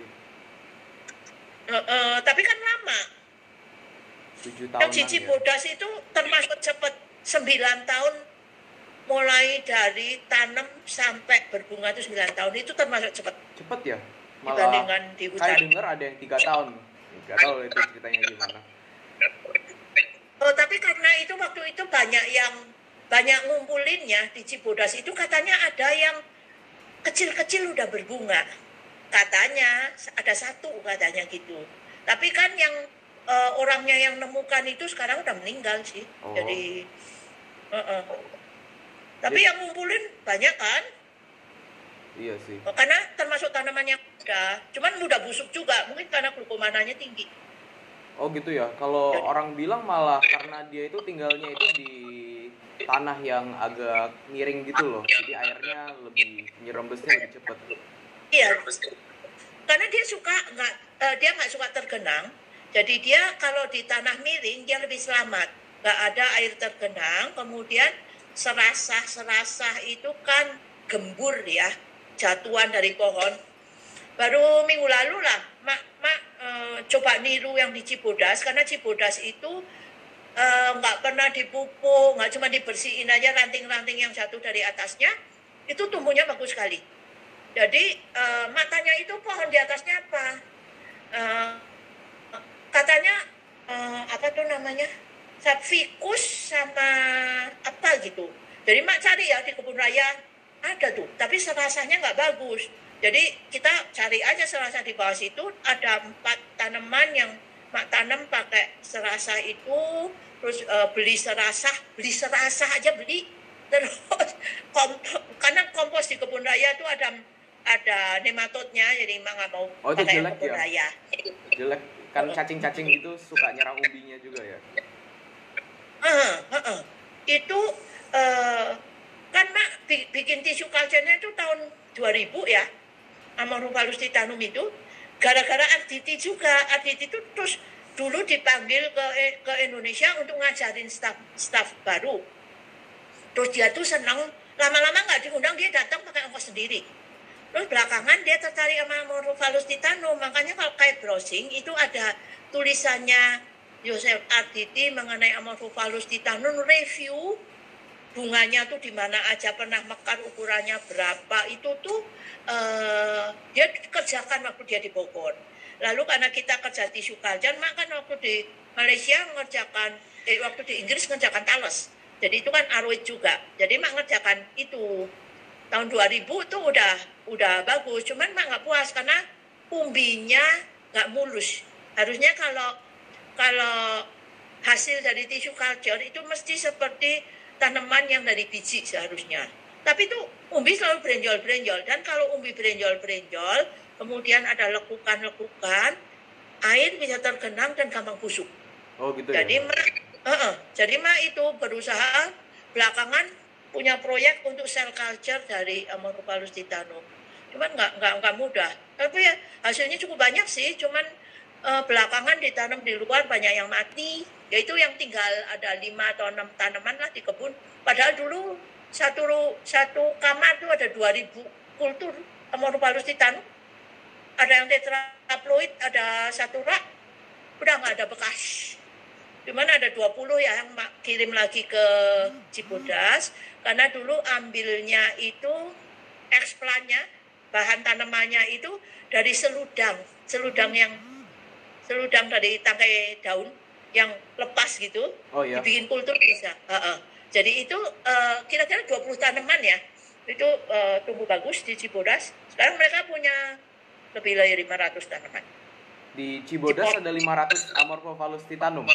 Tapi kan lama. 7 tahun. Yang Cibodas itu termasuk cepat, 9 tahun mulai dari tanam sampai berbunga itu 9 tahun itu termasuk cepat. Cepat ya? Malah dibandingkan di hutan. Saya dengar ada yang 3 tahun. Nggak tahu itu ceritanya gimana. Tapi karena itu waktu itu banyak ngumpulinnya di Cibodas itu katanya ada yang kecil-kecil udah berbunga. Katanya ada satu katanya gitu. Tapi kan yang orangnya yang nemukan itu sekarang udah meninggal sih. Jadi tapi yang ngumpulin banyak kan? Iya sih. Karena termasuk tanaman yang mudah, cuman mudah busuk juga, mungkin karena glukomananya tinggi. Oh gitu ya. Kalau orang bilang malah karena dia itu tinggalnya itu di tanah yang agak miring gitu loh. Jadi airnya lebih nyerembesnya lebih cepat. Iya. Karena dia nggak suka tergenang. Jadi dia kalau di tanah miring dia lebih selamat. Nggak ada air tergenang. Kemudian serasah itu kan gembur ya, jatuhan dari pohon. Baru minggu lalu lah, mak coba niru yang di Cibodas, karena Cibodas itu nggak pernah dipupuk, nggak cuma dibersihin aja ranting-ranting yang jatuh dari atasnya, itu tumbuhnya bagus sekali. Jadi mak tanya itu pohon di atasnya apa? Katanya apa tuh namanya? Ficus sama apa gitu. Jadi mak cari ya di kebun raya ada tuh, tapi rasanya nggak bagus. Jadi kita cari aja serasa di bawah situ ada 4 tanaman yang mak tanam pakai serasa itu, terus beli serasa aja beli, terus karena kompos di kebun raya itu ada nematodnya, jadi mak nggak mau pakai kebun raya. Jelek kan, cacing-cacing itu suka nyerang umbinya juga ya. Itu kan mak bikin tisu culture-nya itu tahun 2000 ya, Amorphophallus titanum itu gara-gara Arditi juga. Arditi itu terus dulu dipanggil ke Indonesia untuk ngajarin staff baru, terus dia tuh senang, lama-lama nggak diundang dia datang pakai ongkos sendiri. Terus belakangan dia tertarik sama Amorphophallus titanum, makanya kalau kayak browsing itu ada tulisannya Joseph Arditi mengenai Amorphophallus titanum, review bunganya tuh di mana aja, pernah mekar, ukurannya berapa, itu tuh dia kerjakan waktu dia di Bogor. Lalu karena kita kerja tisu culture, mak kan waktu di Malaysia ngerjakan, waktu di Inggris ngerjakan Thales. Jadi itu kan aroid juga. Jadi mak ngerjakan itu tahun 2000 tuh udah bagus. Cuman mak nggak puas karena umbinya nggak mulus. Harusnya kalau hasil dari tisu culture itu mesti seperti tanaman yang dari biji seharusnya. Tapi itu umbi selalu berenjol-berenjol. Dan kalau umbi berenjol-berenjol, kemudian ada lekukan-lekukan, air bisa tergenang dan gampang busuk. Oh gitu jadi, ya? Jadi mak itu berusaha belakangan punya proyek untuk cell culture dari Amorphophallus titanum. Cuman nggak mudah. Tapi ya hasilnya cukup banyak sih. Cuman belakangan ditanam di luar banyak yang mati. Yaitu yang tinggal ada 5 atau 6 tanaman lah di kebun. Padahal dulu satu kamar itu ada 2000 kultur Amorphophallus titanum. Ada yang tetraploid, ada 1 rak, udah nggak ada bekas. Cuman ada 20 ya yang kirim lagi ke Cibodas, karena dulu ambilnya itu eksplannya, bahan tanamannya itu dari seludang dari tangkai daun yang lepas gitu, dibikin kultur bisa. Jadi itu kira-kira 20 tanaman ya, itu tumbuh bagus di Cibodas. Sekarang mereka punya lebih dari 500 tanaman. Di Cibodas ada 500 Amorphophallus titanum.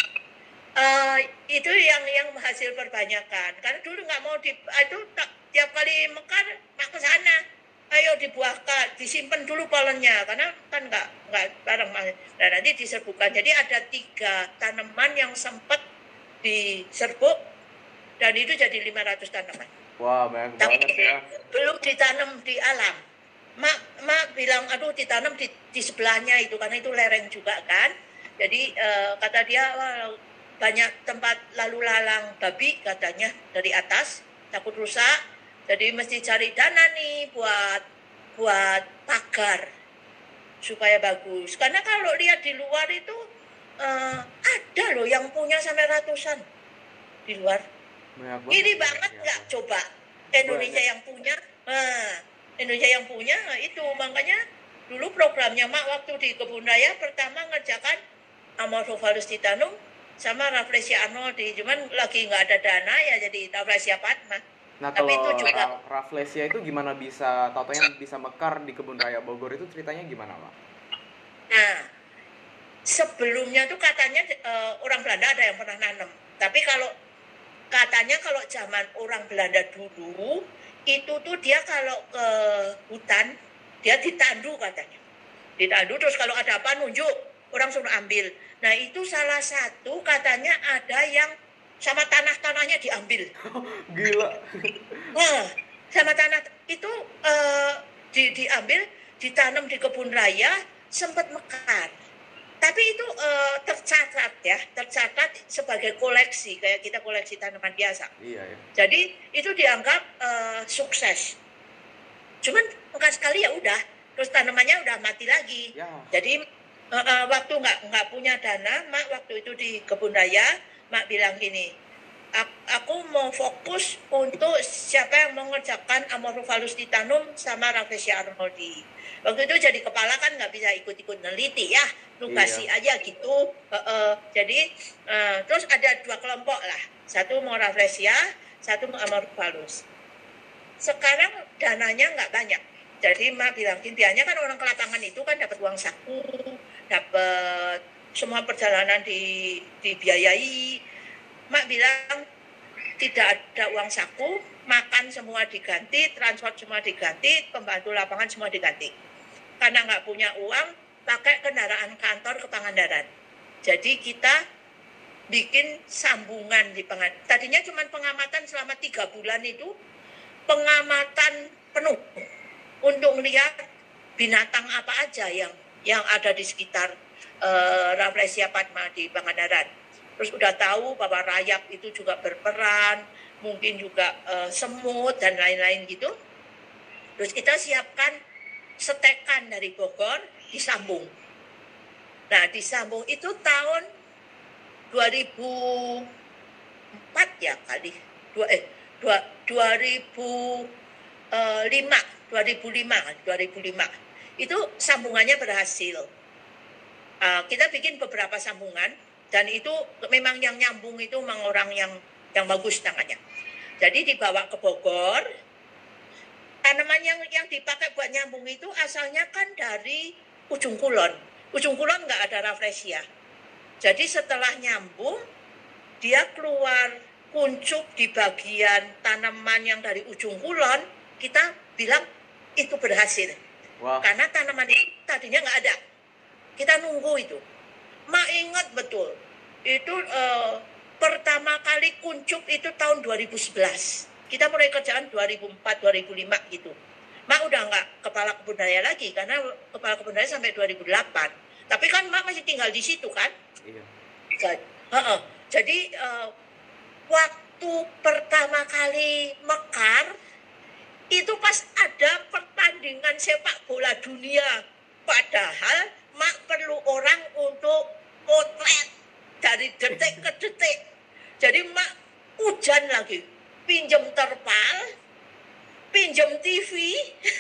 Itu yang hasil perbanyakan. Karena dulu nggak mau itu tiap kali mekar mak ke sana. Ayo dibuahkan, disimpan dulu polennya karena kan nggak bareng. Nah nanti diserbukan. Jadi ada 3 tanaman yang sempat diserbuk dan itu jadi 500 tanaman. Wah, banyak banget ya. Belum ditanam di alam. Mak bilang aduh ditanam di sebelahnya itu karena itu lereng juga kan. Jadi kata dia banyak tempat lalu lalang babi katanya dari atas, takut rusak. Jadi mesti cari dana nih buat pagar supaya bagus. Karena kalau lihat di luar itu ada loh yang punya sampai ratusan di luar. Iri banget nggak coba Indonesia yang punya. Indonesia yang punya itu, makanya dulu programnya mak waktu di kebun raya pertama ngerjakan Amorphophallus titanum sama Rafflesia arnoldii, cuman lagi nggak ada dana ya jadi Rafflesia padma. Nah tapi kalau itu juga Rafflesia itu gimana bisa tautannya bisa mekar di kebun raya Bogor, itu ceritanya gimana Mak? Nah sebelumnya tuh katanya orang Belanda ada yang pernah nanam, tapi katanya kalau zaman orang Belanda dulu itu tuh dia kalau ke hutan dia ditandu katanya, ditandu terus kalau ada apa nunjuk orang suruh ambil. Nah itu salah satu katanya ada yang sama tanahnya diambil. Gila. Sama tanah itu diambil, ditanam di kebun raya, sempat mekar. Tapi itu tercatat sebagai koleksi, kayak kita koleksi tanaman biasa. Iya, ya. Jadi itu dianggap sukses. Cuman mekar sekali ya udah, terus tanamannya udah mati lagi. Ya. Jadi waktu nggak punya dana, mak waktu itu di kebun raya, mak bilang gini, aku mau fokus untuk siapa yang mau ngerjakan Amorphophallus titanum sama Rafflesia arnoldii. Waktu itu jadi kepala kan nggak bisa ikut-ikut neliti ya, kasih aja gitu. Jadi terus ada 2 kelompok lah, satu mau Rafflesia, satu mau Amorphophallus. Sekarang dananya nggak banyak, Jadi Mak bilang, biasanya kan orang ke lapangan itu kan dapat uang saku, dapat semua perjalanan dibiayai. Mak bilang tidak ada uang saku, makan semua diganti, transport semua diganti, pembantu lapangan semua diganti. Karena nggak punya uang, pakai kendaraan kantor ke Pangandaran. Jadi kita bikin sambungan di Pangandaran. Tadinya cuma pengamatan selama 3 bulan itu, pengamatan penuh untuk melihat binatang apa aja yang ada di sekitar Rafflesia Padma di Pangandaran. Terus udah tahu bahwa rayap itu juga berperan, mungkin juga semut dan lain-lain gitu. Terus kita siapkan setekan dari Bogor disambung. Nah, disambung itu tahun 2004 ya kali. 2005 itu sambungannya berhasil. Kita bikin beberapa sambungan dan itu memang yang nyambung itu memang orang yang bagus tangannya. Jadi dibawa ke Bogor. Tanaman yang dipakai buat nyambung itu asalnya kan dari Ujung Kulon. Ujung Kulon nggak ada Rafflesia. Jadi setelah nyambung dia keluar kuncup di bagian tanaman yang dari Ujung Kulon, kita bilang itu berhasil. Wow. Karena tanaman itu tadinya nggak ada. Kita nunggu itu. Mak ingat betul. Itu pertama kali kuncup itu tahun 2011. Kita mulai kerjaan 2004-2005 gitu. Mak udah nggak kepala kebun raya lagi, karena kepala kebun raya sampai 2008. Tapi kan Mak masih tinggal di situ kan? Iya. Jadi waktu pertama kali mekar, itu pas ada pertandingan sepak bola dunia. Padahal Mak perlu orang untuk potret dari detik ke detik. Jadi Mak hujan lagi, pinjam terpal, pinjam TV,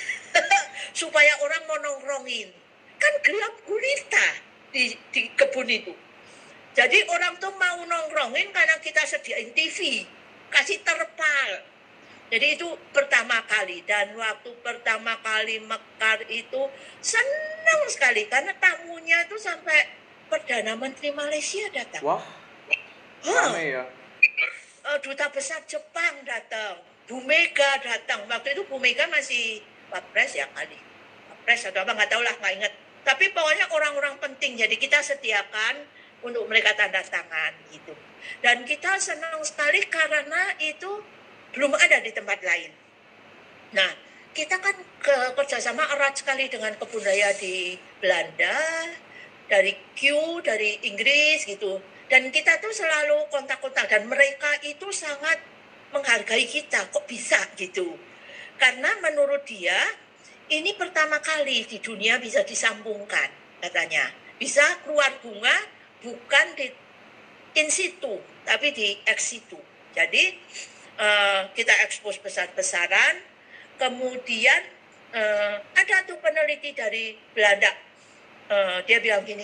supaya orang mau nongkrongin. Kan gelap gulita di kebun itu. Jadi orang tuh mau nongkrongin karena kita sediain TV, kasih terpal. Jadi itu pertama kali, dan waktu pertama kali mekar itu senang sekali karena tamunya itu sampai Perdana Menteri Malaysia datang. Wah, ramai ya. Duta Besar Jepang datang, Bu Mega datang. Waktu itu Bu Mega masih Wapres ya kali, Wapres atau apa nggak tahu lah, nggak ingat. Tapi pokoknya orang-orang penting, jadi kita sediakan untuk mereka tanda tangan gitu. Dan kita senang sekali karena itu belum ada di tempat lain. Nah, kita kan kerjasama erat sekali dengan kebun raya di Belanda, dari Q, dari Inggris gitu. Dan kita tuh selalu kontak-kontak, dan mereka itu sangat menghargai kita, kok bisa gitu. Karena menurut dia, ini pertama kali di dunia bisa disambungkan, katanya. Bisa keluar bunga bukan di in situ, tapi di ex situ. Jadi kita ekspos besar-besaran. Kemudian ada tuh peneliti dari Belanda. Dia bilang gini,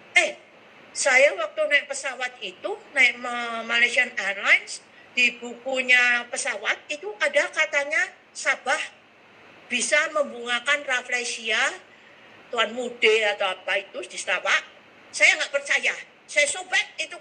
saya waktu naik pesawat itu, naik Malaysian Airlines, di bukunya pesawat itu ada katanya Sabah bisa membungakan Rafflesia, Tuan Mude atau apa itu di Sabah. Saya nggak percaya. Saya sobek itu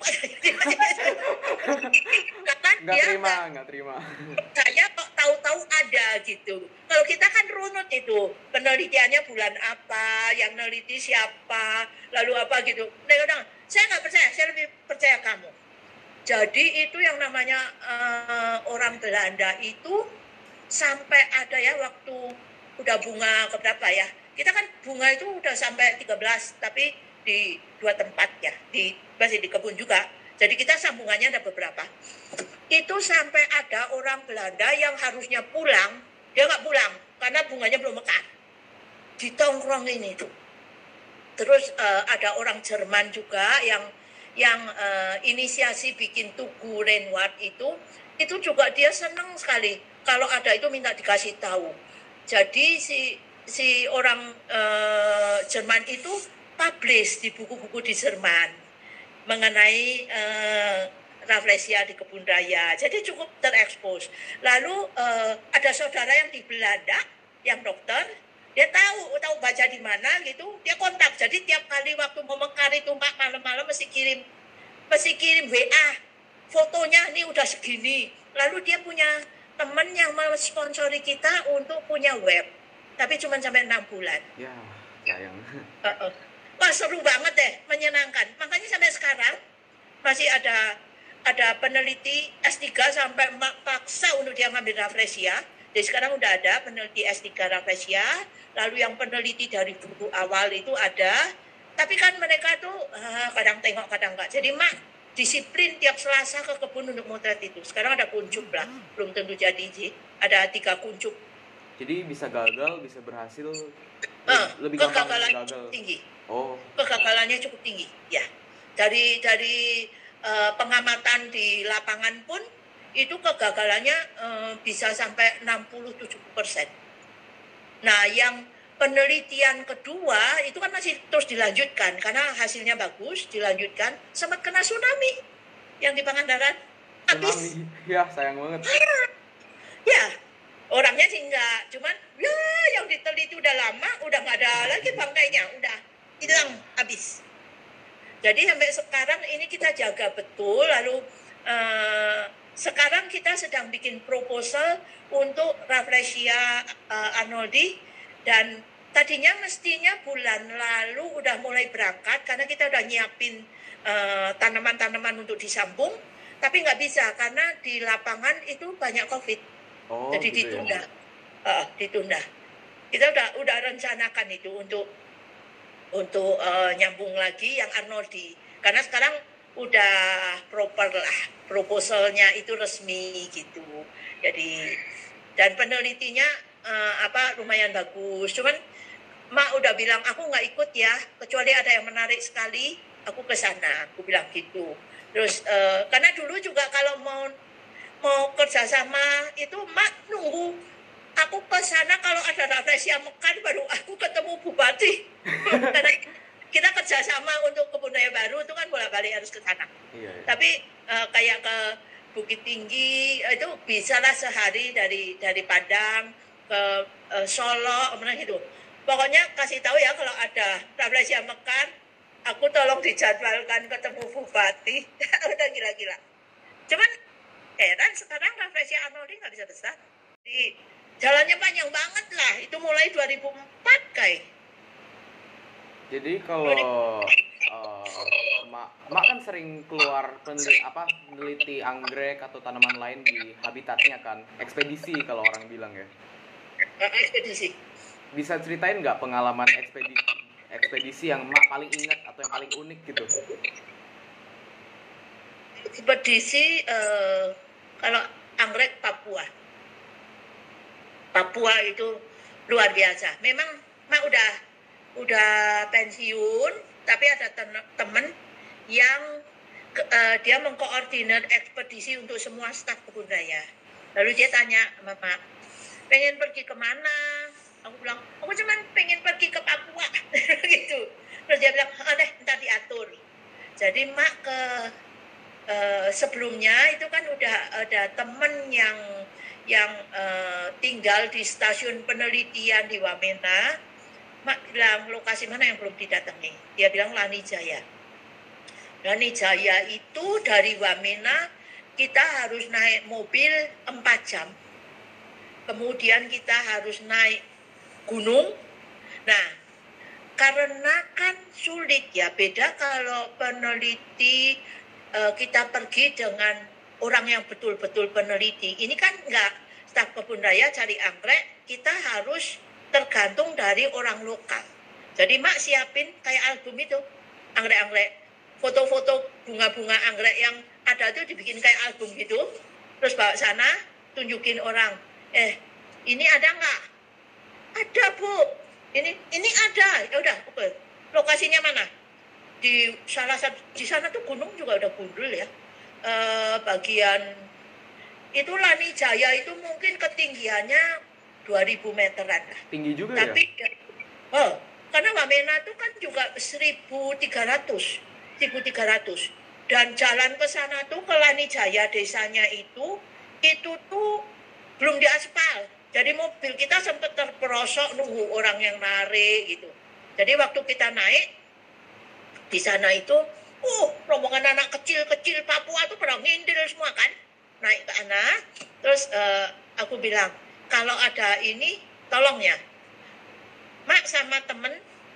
karena nggak terima. Saya kok tahu-tahu ada gitu. Kalau kita kan runut itu, penelitiannya bulan apa, yang neliti siapa, lalu apa gitu. Nah, saya nggak percaya, saya lebih percaya kamu. Jadi itu yang namanya orang Belanda itu sampai ada ya waktu udah bunga keberapa ya. Kita kan bunga itu udah sampai 13, tapi di 2 tempat ya, masih di kebun juga. Jadi kita sambungannya ada beberapa. Itu sampai ada orang Belanda yang harusnya pulang, dia nggak pulang karena bunganya belum mekar. Ditongkrongin itu. Terus ada orang Jerman juga yang inisiasi bikin tugu Renward itu juga dia senang sekali. Kalau ada itu minta dikasih tahu. Jadi si orang Jerman itu publish di buku-buku di Jerman mengenai Rafflesia di kebun raya. Jadi cukup terekspos. Lalu ada saudara yang di Belanda, yang dokter, Dia tahu baca di mana gitu, dia kontak. Jadi tiap kali waktu mau mekar itu Mak malam-malam mesti kirim WA fotonya ini udah segini. Lalu dia punya temen yang mau sponsori kita untuk punya web, tapi cuma sampai 6 bulan. Ya, sayang. Wah, seru banget deh, menyenangkan. Makanya sampai sekarang masih ada peneliti S3 sampai paksa untuk dia ngambil rafflesia. Jadi sekarang udah ada peneliti S3 rafflesia, lalu yang peneliti dari buku awal itu ada. Tapi kan mereka tuh kadang tengok kadang enggak. Jadi Mak disiplin tiap Selasa ke kebun untuk motret itu. Sekarang ada kuncup lah, belum tentu jadi sih. Ada 3 kuncup. Jadi bisa gagal, bisa berhasil. Lebih gampang gagal. Tinggi. Oh. Kegagalannya cukup tinggi, ya. Dari pengamatan di lapangan pun itu kegagalannya bisa sampai 60-70%. Nah, yang penelitian kedua itu kan masih terus dilanjutkan karena hasilnya bagus, dilanjutkan, sempat kena tsunami yang di Pangandaran. Habis. Ya, sayang banget. Ya, orangnya sih enggak, cuman ya yang diteliti udah lama, udah nggak ada lagi bangkainya, udah hilang, habis. Jadi sampai sekarang ini kita jaga betul, lalu sekarang kita sedang bikin proposal untuk Rafflesia arnoldi, dan tadinya mestinya bulan lalu udah mulai berangkat karena kita udah nyiapin tanaman-tanaman untuk disambung, tapi nggak bisa karena di lapangan itu banyak COVID. Jadi gitu ditunda, ya? Ditunda. Kita udah rencanakan itu untuk nyambung lagi yang arnoldi, karena sekarang udah proper lah, proposalnya itu resmi gitu. Jadi dan penelitinya lumayan bagus. Cuman Mak udah bilang aku nggak ikut ya, kecuali ada yang menarik sekali, aku ke sana. Aku bilang gitu. Terus karena dulu juga kalau mau kerjasama itu Mak nunggu aku ke sana kalau ada rafflesia mekar baru aku ketemu bupati. Karena kita kerjasama untuk kebun raya baru itu kan bolak-balik harus ke sana. Iya. Tapi kayak ke Bukit Tinggi itu bisalah sehari dari Padang ke Solo, mana gitu. Pokoknya kasih tahu ya kalau ada rafflesia mekar, aku tolong dijadwalkan ketemu bupati. Udah gila-gila. Cuman heran sekarang rafflesia arnoldi nggak bisa besar. Di jalannya panjang banget lah, itu mulai 2004 kayak. Jadi kalau Mak kan sering keluar peneliti anggrek atau tanaman lain di habitatnya kan, ekspedisi kalau orang bilang ya. Ekspedisi. Bisa ceritain nggak pengalaman ekspedisi yang Mak paling ingat atau yang paling unik gitu? Ekspedisi kalau anggrek Papua itu luar biasa. Memang Mak udah pensiun, tapi ada temen yang dia mengkoordinir ekspedisi untuk semua staf kebun raya. Lalu dia tanya sama Mak, pengen pergi kemana? Aku bilang, aku cuma pengen pergi ke Papua. Gitu. Terus dia bilang, deh ntar diatur. Jadi Mak sebelumnya itu kan udah ada temen yang tinggal di stasiun penelitian di Wamena. Mak bilang lokasi mana yang belum didatangi. Dia bilang Lani Jaya. Lani Jaya itu dari Wamena kita harus naik mobil 4 jam. Kemudian kita harus naik gunung. Nah, karena kan sulit ya, beda kalau peneliti kita pergi dengan orang yang betul-betul peneliti. Ini kan enggak staf kebun raya cari anggrek, kita harus tergantung dari orang lokal. Jadi Mak siapin kayak album itu, anggrek-anggrek, foto-foto bunga-bunga anggrek yang ada itu dibikin kayak album gitu, terus bawa sana, tunjukin orang, ini ada nggak? Ada Bu, ini ada, ya udah, oke. Lokasinya mana? Di salah satu, di sana tuh gunung juga udah gundul ya, bagian itu Lani Jaya itu mungkin ketinggiannya 2000 meteran lah. Tinggi juga. Tapi, ya? Karena Wamena itu kan juga 1300. Dan jalan ke sana tuh ke Lani Jaya desanya itu tuh belum diaspal. Jadi mobil kita sempat terperosok nunggu orang yang narik gitu. Jadi waktu kita naik di sana itu, rombongan anak kecil-kecil Papua tuh pada ngindil semua kan, naik ke anak. Terus aku bilang, kalau ada ini, tolong ya, Mak sama temen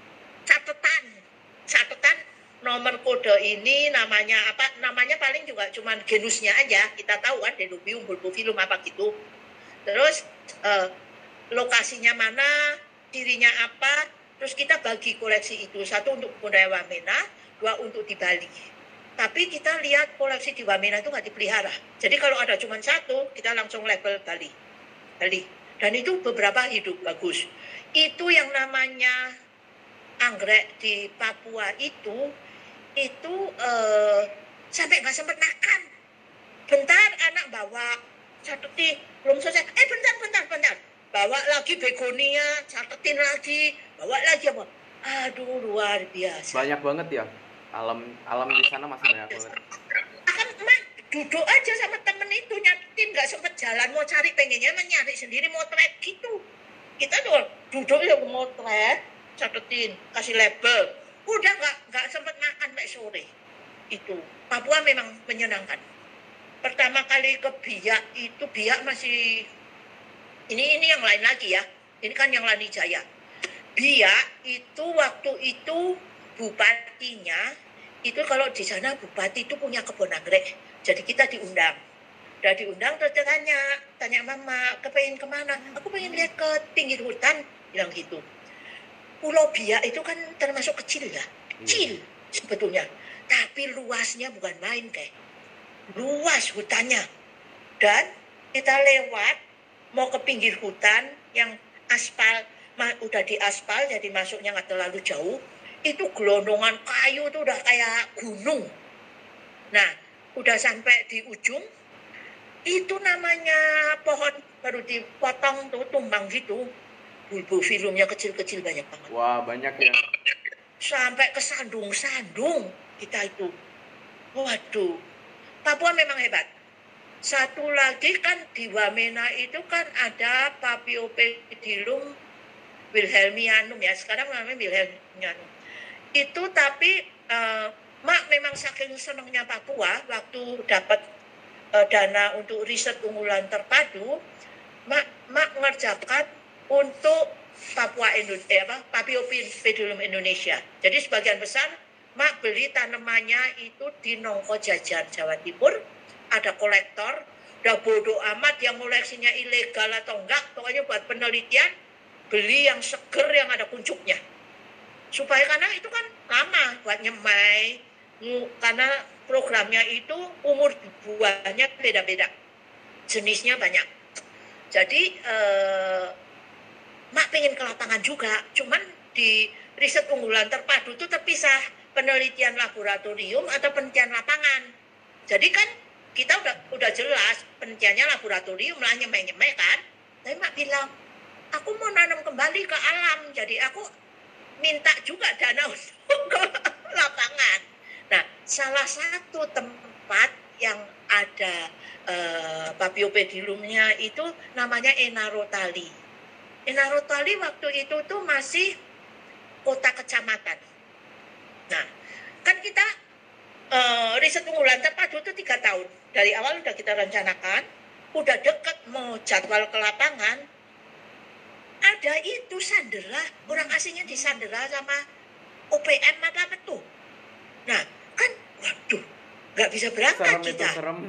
catetan nomor kode ini namanya apa, namanya paling juga cuman genusnya aja, kita tahu kan Deluvium, Bulbophyllum apa gitu. Terus lokasinya mana, cirinya apa, terus kita bagi koleksi itu, satu untuk budaya Wamena, dua untuk di Bali. Tapi kita lihat koleksi di Wamena itu nggak dipelihara. Jadi kalau ada cuma satu, kita langsung label Bali. Dan itu beberapa hidup bagus. Itu yang namanya anggrek di Papua itu sampai nggak sempat makan. Bentar anak bawa, catetin, belum selesai. Bentar. Bawa lagi begonia, catetin lagi, bawa lagi apa? Aduh, luar biasa. Banyak banget ya. Alam di sana masih banyak banget. Akan emak duduk aja sama temen itu nyatetin, nggak sempet jalan mau cari, pengennya nyari sendiri motret gitu. Kita tuh duduk ya motret, catetin, kasih label. Udah nggak sempet makan sampai sore. Itu Papua memang menyenangkan. Pertama kali ke Biak itu, Biak masih ini yang lain lagi ya. Ini kan yang Lani Jaya. Biak itu waktu itu bupatinya itu, kalau di sana bupati itu punya kebun anggrek. Jadi kita diundang. Udah diundang terus tanya mama, kepengen kemana? Aku pengen lihat ke pinggir hutan, bilang gitu. Pulau Biak itu kan termasuk kecil ya, kecil sebetulnya. Tapi luasnya bukan main kayak. Luas hutannya. Dan kita lewat mau ke pinggir hutan yang aspal, udah diaspal jadi masuknya nggak terlalu jauh. Itu gelondongan kayu tuh udah kayak gunung. Nah, udah sampai di ujung, itu namanya pohon baru dipotong tuh, tumbang gitu. Bulbophyllumnya kecil-kecil banyak banget. Wah, banyak ya. Sampai ke sandung-sandung kita itu. Waduh, Papua memang hebat. Satu lagi kan di Wamena itu kan ada Paphiopedilum wilhelmianum ya, sekarang namanya wilhelmianum. Itu tapi Mak memang saking senangnya Papua, waktu dapat dana untuk riset unggulan terpadu, Mak ngerjakan untuk Paphiopedilum Indonesia. Jadi sebagian besar Mak beli tanamannya itu di Nongko Jajar, Jawa Timur. Ada kolektor, udah bodoh amat yang koleksinya ilegal atau enggak, pokoknya buat penelitian, beli yang seger, yang ada kuncupnya. Supaya karena itu kan lama buat nyemai, karena programnya itu umur buahnya beda-beda, jenisnya banyak. Jadi Mak pengen ke lapangan juga, cuman di riset unggulan terpadu itu terpisah penelitian laboratorium atau penelitian lapangan. Jadi kan kita udah jelas penelitiannya laboratorium lah, nyemai-nyemai kan. Tapi Mak bilang, aku mau nanam kembali ke alam, jadi aku minta juga dana untuk ke lapangan. Nah, salah satu tempat yang ada Paphiopedilumnya itu namanya Enarotali. Enarotali waktu itu tuh masih kota kecamatan. Nah, kan kita riset unggulan terpadu itu 3 tahun. Dari awal udah kita rencanakan, udah deket mau jadwal ke lapangan, ada itu Sandera, orang asingnya di Sandera sama OPM apa tuh. Nah, kan waduh, nggak bisa berangkat serem kita. Itu serem.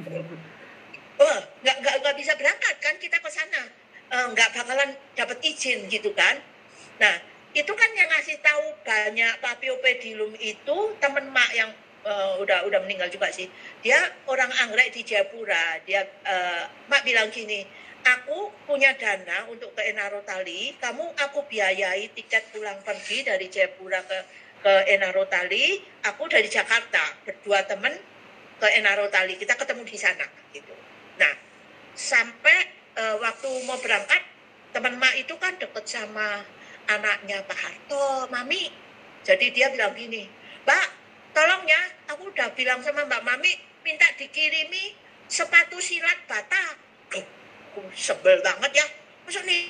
Nggak bisa berangkat kan kita ke sana. Nggak bakalan dapat izin gitu kan. Nah, itu kan yang ngasih tahu banyak Paphiopedilum itu temen Mak yang udah meninggal juga sih. Dia orang anggrek di Jayapura. Dia Mak bilang gini, aku punya dana untuk ke Enarotali, aku biayai tiket pulang pergi dari Jayapura ke Enarotali, aku dari Jakarta berdua temen ke Enarotali, kita ketemu di sana gitu. Nah, sampai waktu mau berangkat, teman Mak itu kan deket sama anaknya Pak Harto, Mami. Jadi dia bilang gini, Mbak, tolong ya, aku udah bilang sama Mbak Mami, minta dikirimi sepatu silat Batak. Duh, sebel banget ya. Maksud nih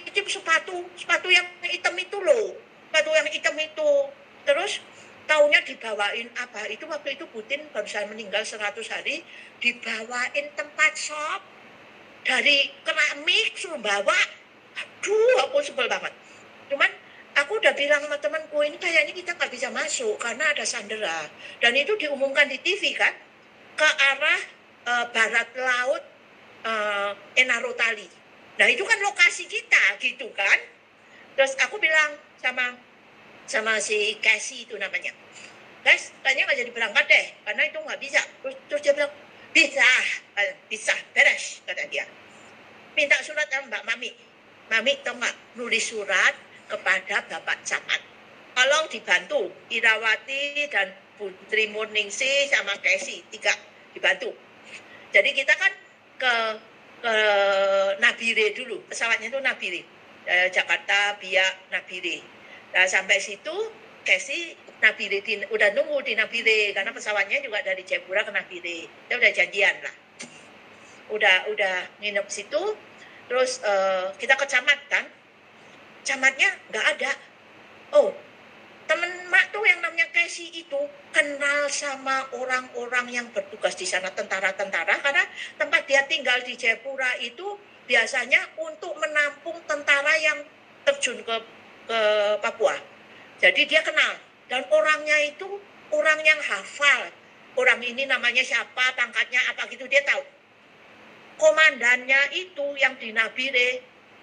sepatu yang hitam itu loh, sepatu yang hitam itu. Terus taunya dibawain apa, itu waktu itu Putin barusan meninggal 100 hari, dibawain tempat shop dari keramik suruh bawa. Aduh, aku sebel banget. Cuman aku udah bilang sama temanku, ini kayaknya kita nggak bisa masuk karena ada sandera. Dan itu diumumkan di TV kan, ke arah barat laut Enaro Tali. Nah itu kan lokasi kita gitu kan. Terus aku bilang sama si Casey itu namanya, guys, kayaknya nggak jadi berangkat deh, karena itu nggak bisa. Terus dia bilang, bisa, beres, kata dia. Minta surat sama Mbak Mami. Mami tau nggak, nulis surat kepada Bapak Camat. Tolong dibantu, Irawati dan Putri Murningsih sama Casey, 3 dibantu. Jadi kita kan ke Nabire dulu, pesawatnya itu Nabire, Jakarta, Biak, Nabire. Nah sampai situ Casey Nabire udah nunggu di Nabire karena pesawatnya juga dari Jayapura ke Nabire. Dia udah janjian lah. Udah nginep situ. Terus kita ke camat kan. Camatnya nggak ada. Oh, temen mak tuh yang namanya Casey itu kenal sama orang-orang yang bertugas di sana, tentara-tentara, karena tempat dia tinggal di Jayapura itu biasanya untuk menampung tentara yang terjun ke Papua. Jadi dia kenal, dan orangnya itu orang yang hafal. Orang ini namanya siapa, pangkatnya apa gitu, dia tahu. Komandannya itu yang di Nabire,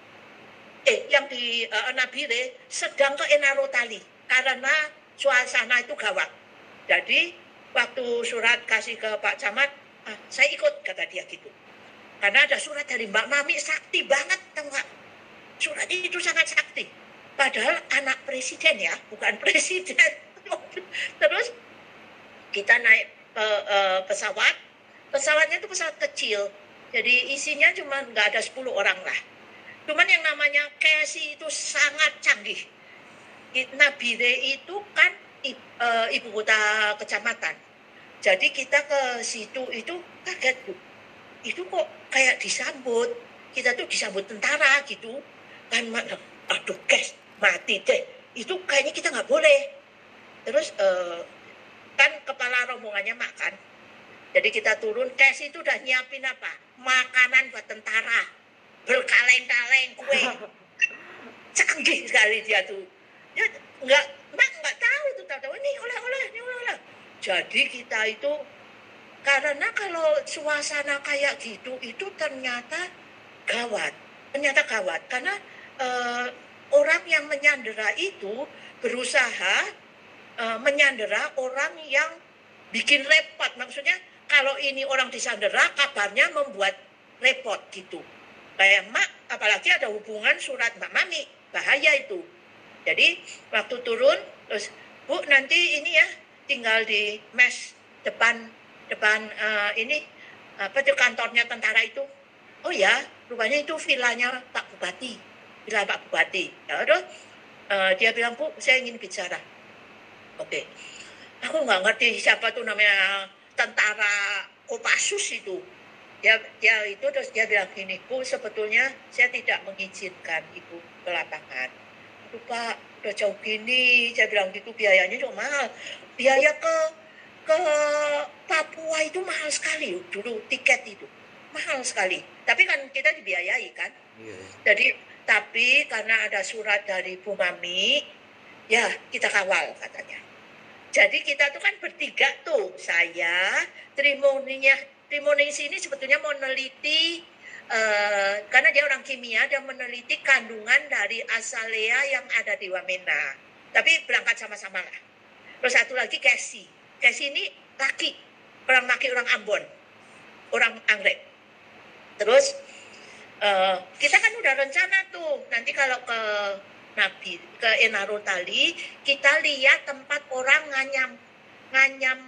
Nabire sedang ke Enaro Tali karena suasana itu gawat. Jadi waktu surat kasih ke Pak Camat, saya ikut, kata dia gitu. Karena ada surat dari Mbak Mami, sakti banget, tahu nggak? Surat itu sangat sakti. Padahal anak presiden ya, bukan presiden. Terus kita naik pesawat. Pesawatnya itu pesawat kecil. Jadi isinya cuma nggak ada 10 orang lah. Cuman yang namanya Casey itu sangat canggih. Nabire itu kan ibu kota kecamatan. Jadi kita ke situ itu kaget, Bu. Itu kok kayak disambut. Kita tuh disambut tentara gitu. Kan, aduh guys, mati deh. Itu kayaknya kita nggak boleh. Terus kan kepala rombongannya makan. Jadi kita turun, Casey itu udah nyiapin apa? Makanan buat tentara. Berkaleng-kaleng kue. Canggih sekali dia tuh. Dia nggak tahu tuh, tahu ini oleh. Jadi kita itu, karena kalau suasana kayak gitu itu ternyata gawat. Karena orang yang menyandera itu berusaha menyandera orang yang bikin repot. Maksudnya kalau ini orang disandera, kabarnya membuat repot gitu. Kayak mak, apalagi ada hubungan surat Mbak Mami, bahaya itu. Jadi waktu turun, terus Bu nanti ini ya tinggal di mes depan ini apa tuh kantornya tentara itu. Oh ya, rupanya itu villanya Pak Bupati, villa Pak Bupati. Ya udah, dia bilang, Bu, saya ingin bicara. Oke. Aku nggak ngerti siapa tuh namanya tentara Kopassus itu. Dia itu terus dia bilang gini, Bu, sebetulnya saya tidak mengizinkan Ibu ke lapangan. Aduh Pak, udah jauh gini, saya bilang gitu, biayanya juga mahal. Biaya ke Papua itu mahal sekali dulu, tiket itu mahal sekali. Tapi kan kita dibiayai kan. Jadi tapi karena ada surat dari Bu Mami, ya kita kawal katanya. Jadi kita tuh kan bertiga tuh, saya, Trimoningsih ini sebetulnya mau meneliti, karena dia orang kimia, dia meneliti kandungan dari Azalea yang ada di Wamena. Tapi berangkat sama-sama lah. Terus satu lagi Casey. Casey ini laki, orang Ambon, orang Anggrek. Terus kita kan udah rencana tuh, nanti kalau ke Enaro Tali, kita lihat tempat orang nganyam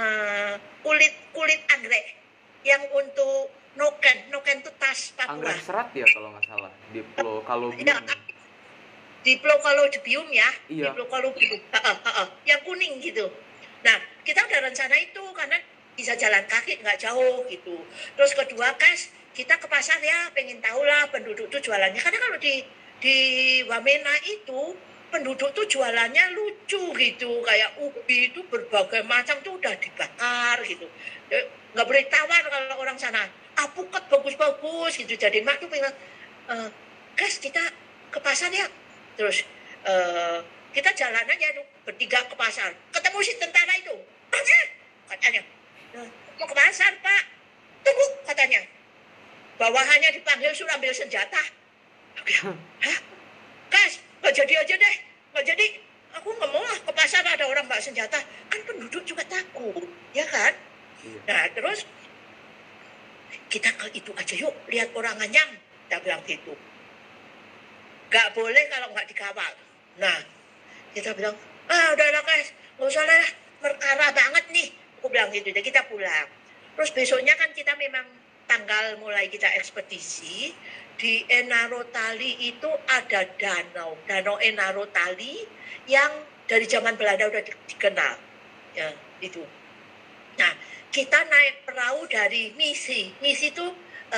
kulit anggrek yang untuk noken itu tas Papua. Anggrek serat ya kalau nggak salah, Diplocalobium. Diplocalobium ya, iya. Diplocalobium, yang kuning gitu. Nah, kita udah rencana itu karena bisa jalan kaki nggak jauh gitu. Terus kedua, kita ke pasar ya, pengen tahu lah penduduk tuh jualannya. Karena kalau di di Wamena itu penduduk tuh jualannya lucu gitu, kayak ubi itu berbagai macam tuh udah dibakar gitu. Nggak boleh tawar kalau orang sana. Apukat bagus-bagus gitu. Jadi mak tuh bilang, guys kita ke pasar ya. Terus kita jalan aja tuh bertiga ke pasar. Ketemu si tentara itu. Katanya, mau ke pasar pak. Tunggu katanya. Bawahannya dipanggil suruh ambil senjata. Hah? Guys, nggak jadi aja deh. Nggak jadi. Aku nggak mau lah ke pasar ada orang bawa senjata. Kan penduduk juga takut, ya kan? Nah, terus kita ke itu aja yuk, lihat orang nganyam. Kita bilang gitu. Nggak boleh kalau nggak dikawal. Nah, kita bilang, udahlah guys, nggak usah lah, perkara banget nih. Aku bilang gitu, jadi kita pulang. Terus besoknya kan kita memang tanggal mulai kita ekspedisi, di Enarotali itu ada danau Enarotali yang dari zaman Belanda udah dikenal. Ya, itu. Nah, kita naik perahu dari Misi. Misi itu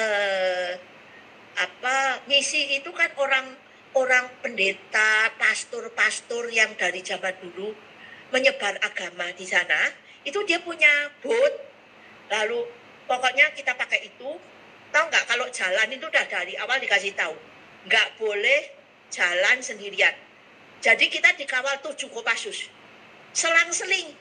Misi itu kan orang pendeta, pastor yang dari zaman dulu menyebar agama di sana. Itu dia punya boat. Lalu pokoknya kita pakai itu. Tahu nggak kalau jalan itu udah dari awal dikasih tahu. Nggak boleh jalan sendirian. Jadi kita dikawal 7 Kopassus. Selang-seling.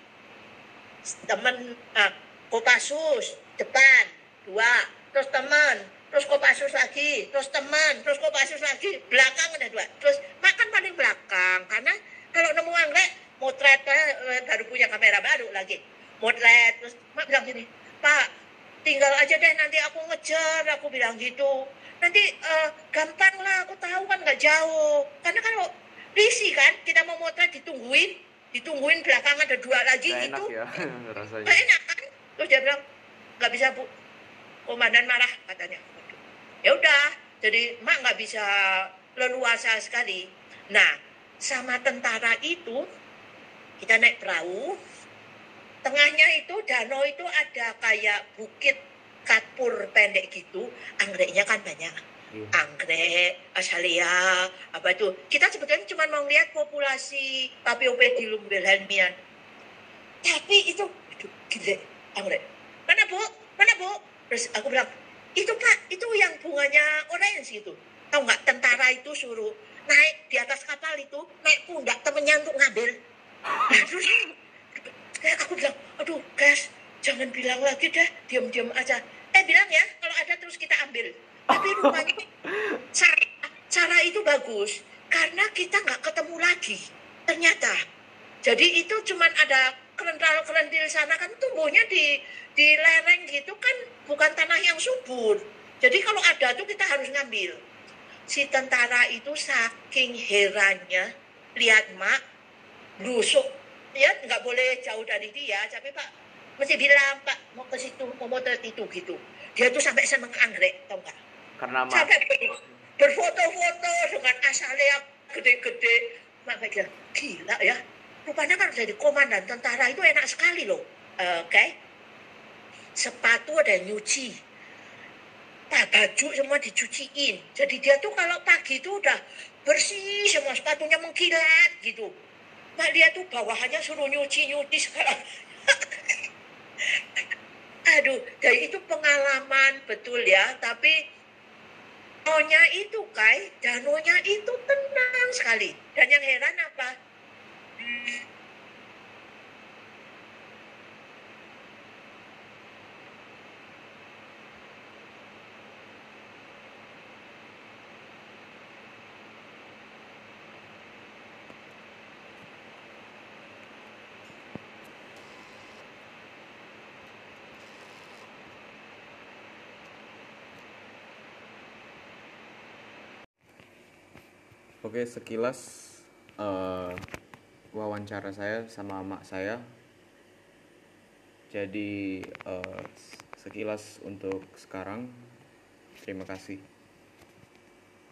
Teman Kopassus depan 2, terus teman, terus Kopassus lagi, terus teman, terus Kopassus lagi, belakang ada 2. Terus makan paling belakang karena kalau nemu anggrek motret baru punya kamera baru lagi. Motret terus mak bilang gini, "Pak, tinggal aja deh nanti aku ngejar," aku bilang gitu. Nanti gampang lah, aku tahu kan nggak jauh. Karena kalau risih kan, kita mau motret ditungguin belakang ada 2 lagi Gak itu. enak ya rasanya. Gak enak kan? Terus dia bilang, nggak bisa bu, komandan marah katanya. Ya udah, jadi mak nggak bisa leluasa sekali. Nah, sama tentara itu kita naik perahu. Tengahnya itu danau itu ada kayak bukit kapur pendek gitu, anggreknya kan banyak. Anggrek, azalea, apa itu. Kita sebetulnya cuma mau lihat populasi Paphiopedilum wilhelmian. Tapi itu gila, anggrek. Mana bu? Terus aku bilang, itu pak, itu yang bunganya orange gitu. Tahu nggak, tentara itu suruh naik di atas kapal itu, naik pundak temennya untuk ngambil. Nah, terus aku bilang, aduh guys, jangan bilang lagi deh, diam-diam aja. Bilang ya, kalau ada terus kita ambil. Tapi rupanya cara itu bagus, karena kita nggak ketemu lagi. Ternyata. Jadi itu cuman ada kelentil sana kan tumbuhnya di lereng gitu kan, bukan tanah yang subur. Jadi kalau ada tuh kita harus ngambil. Si tentara itu saking herannya lihat mak busuk, ya nggak boleh jauh dari dia, tapi pak mesti bilang pak mau ke situ, mau motret itu gitu. Dia tuh sampai seneng anggrek, tau nggak? Karena mak Sampai berfoto-foto dengan azalea gede-gede. Mak bilang gila ya. Rupanya kan jadi komandan tentara itu enak sekali loh. Oke. Sepatu ada yang nyuci. Baju semua dicuciin. Jadi dia tuh kalau pagi itu udah bersih semua, sepatunya mengkilat gitu. Mak dia tuh bawahannya suruh nyuci sekarang. Aduh, jadi itu pengalaman betul ya. Tapi danaunya itu danaunya itu tenang sekali. Dan yang heran apa? Oke, sekilas wawancara saya sama mak saya. Jadi sekilas untuk sekarang. Terima kasih.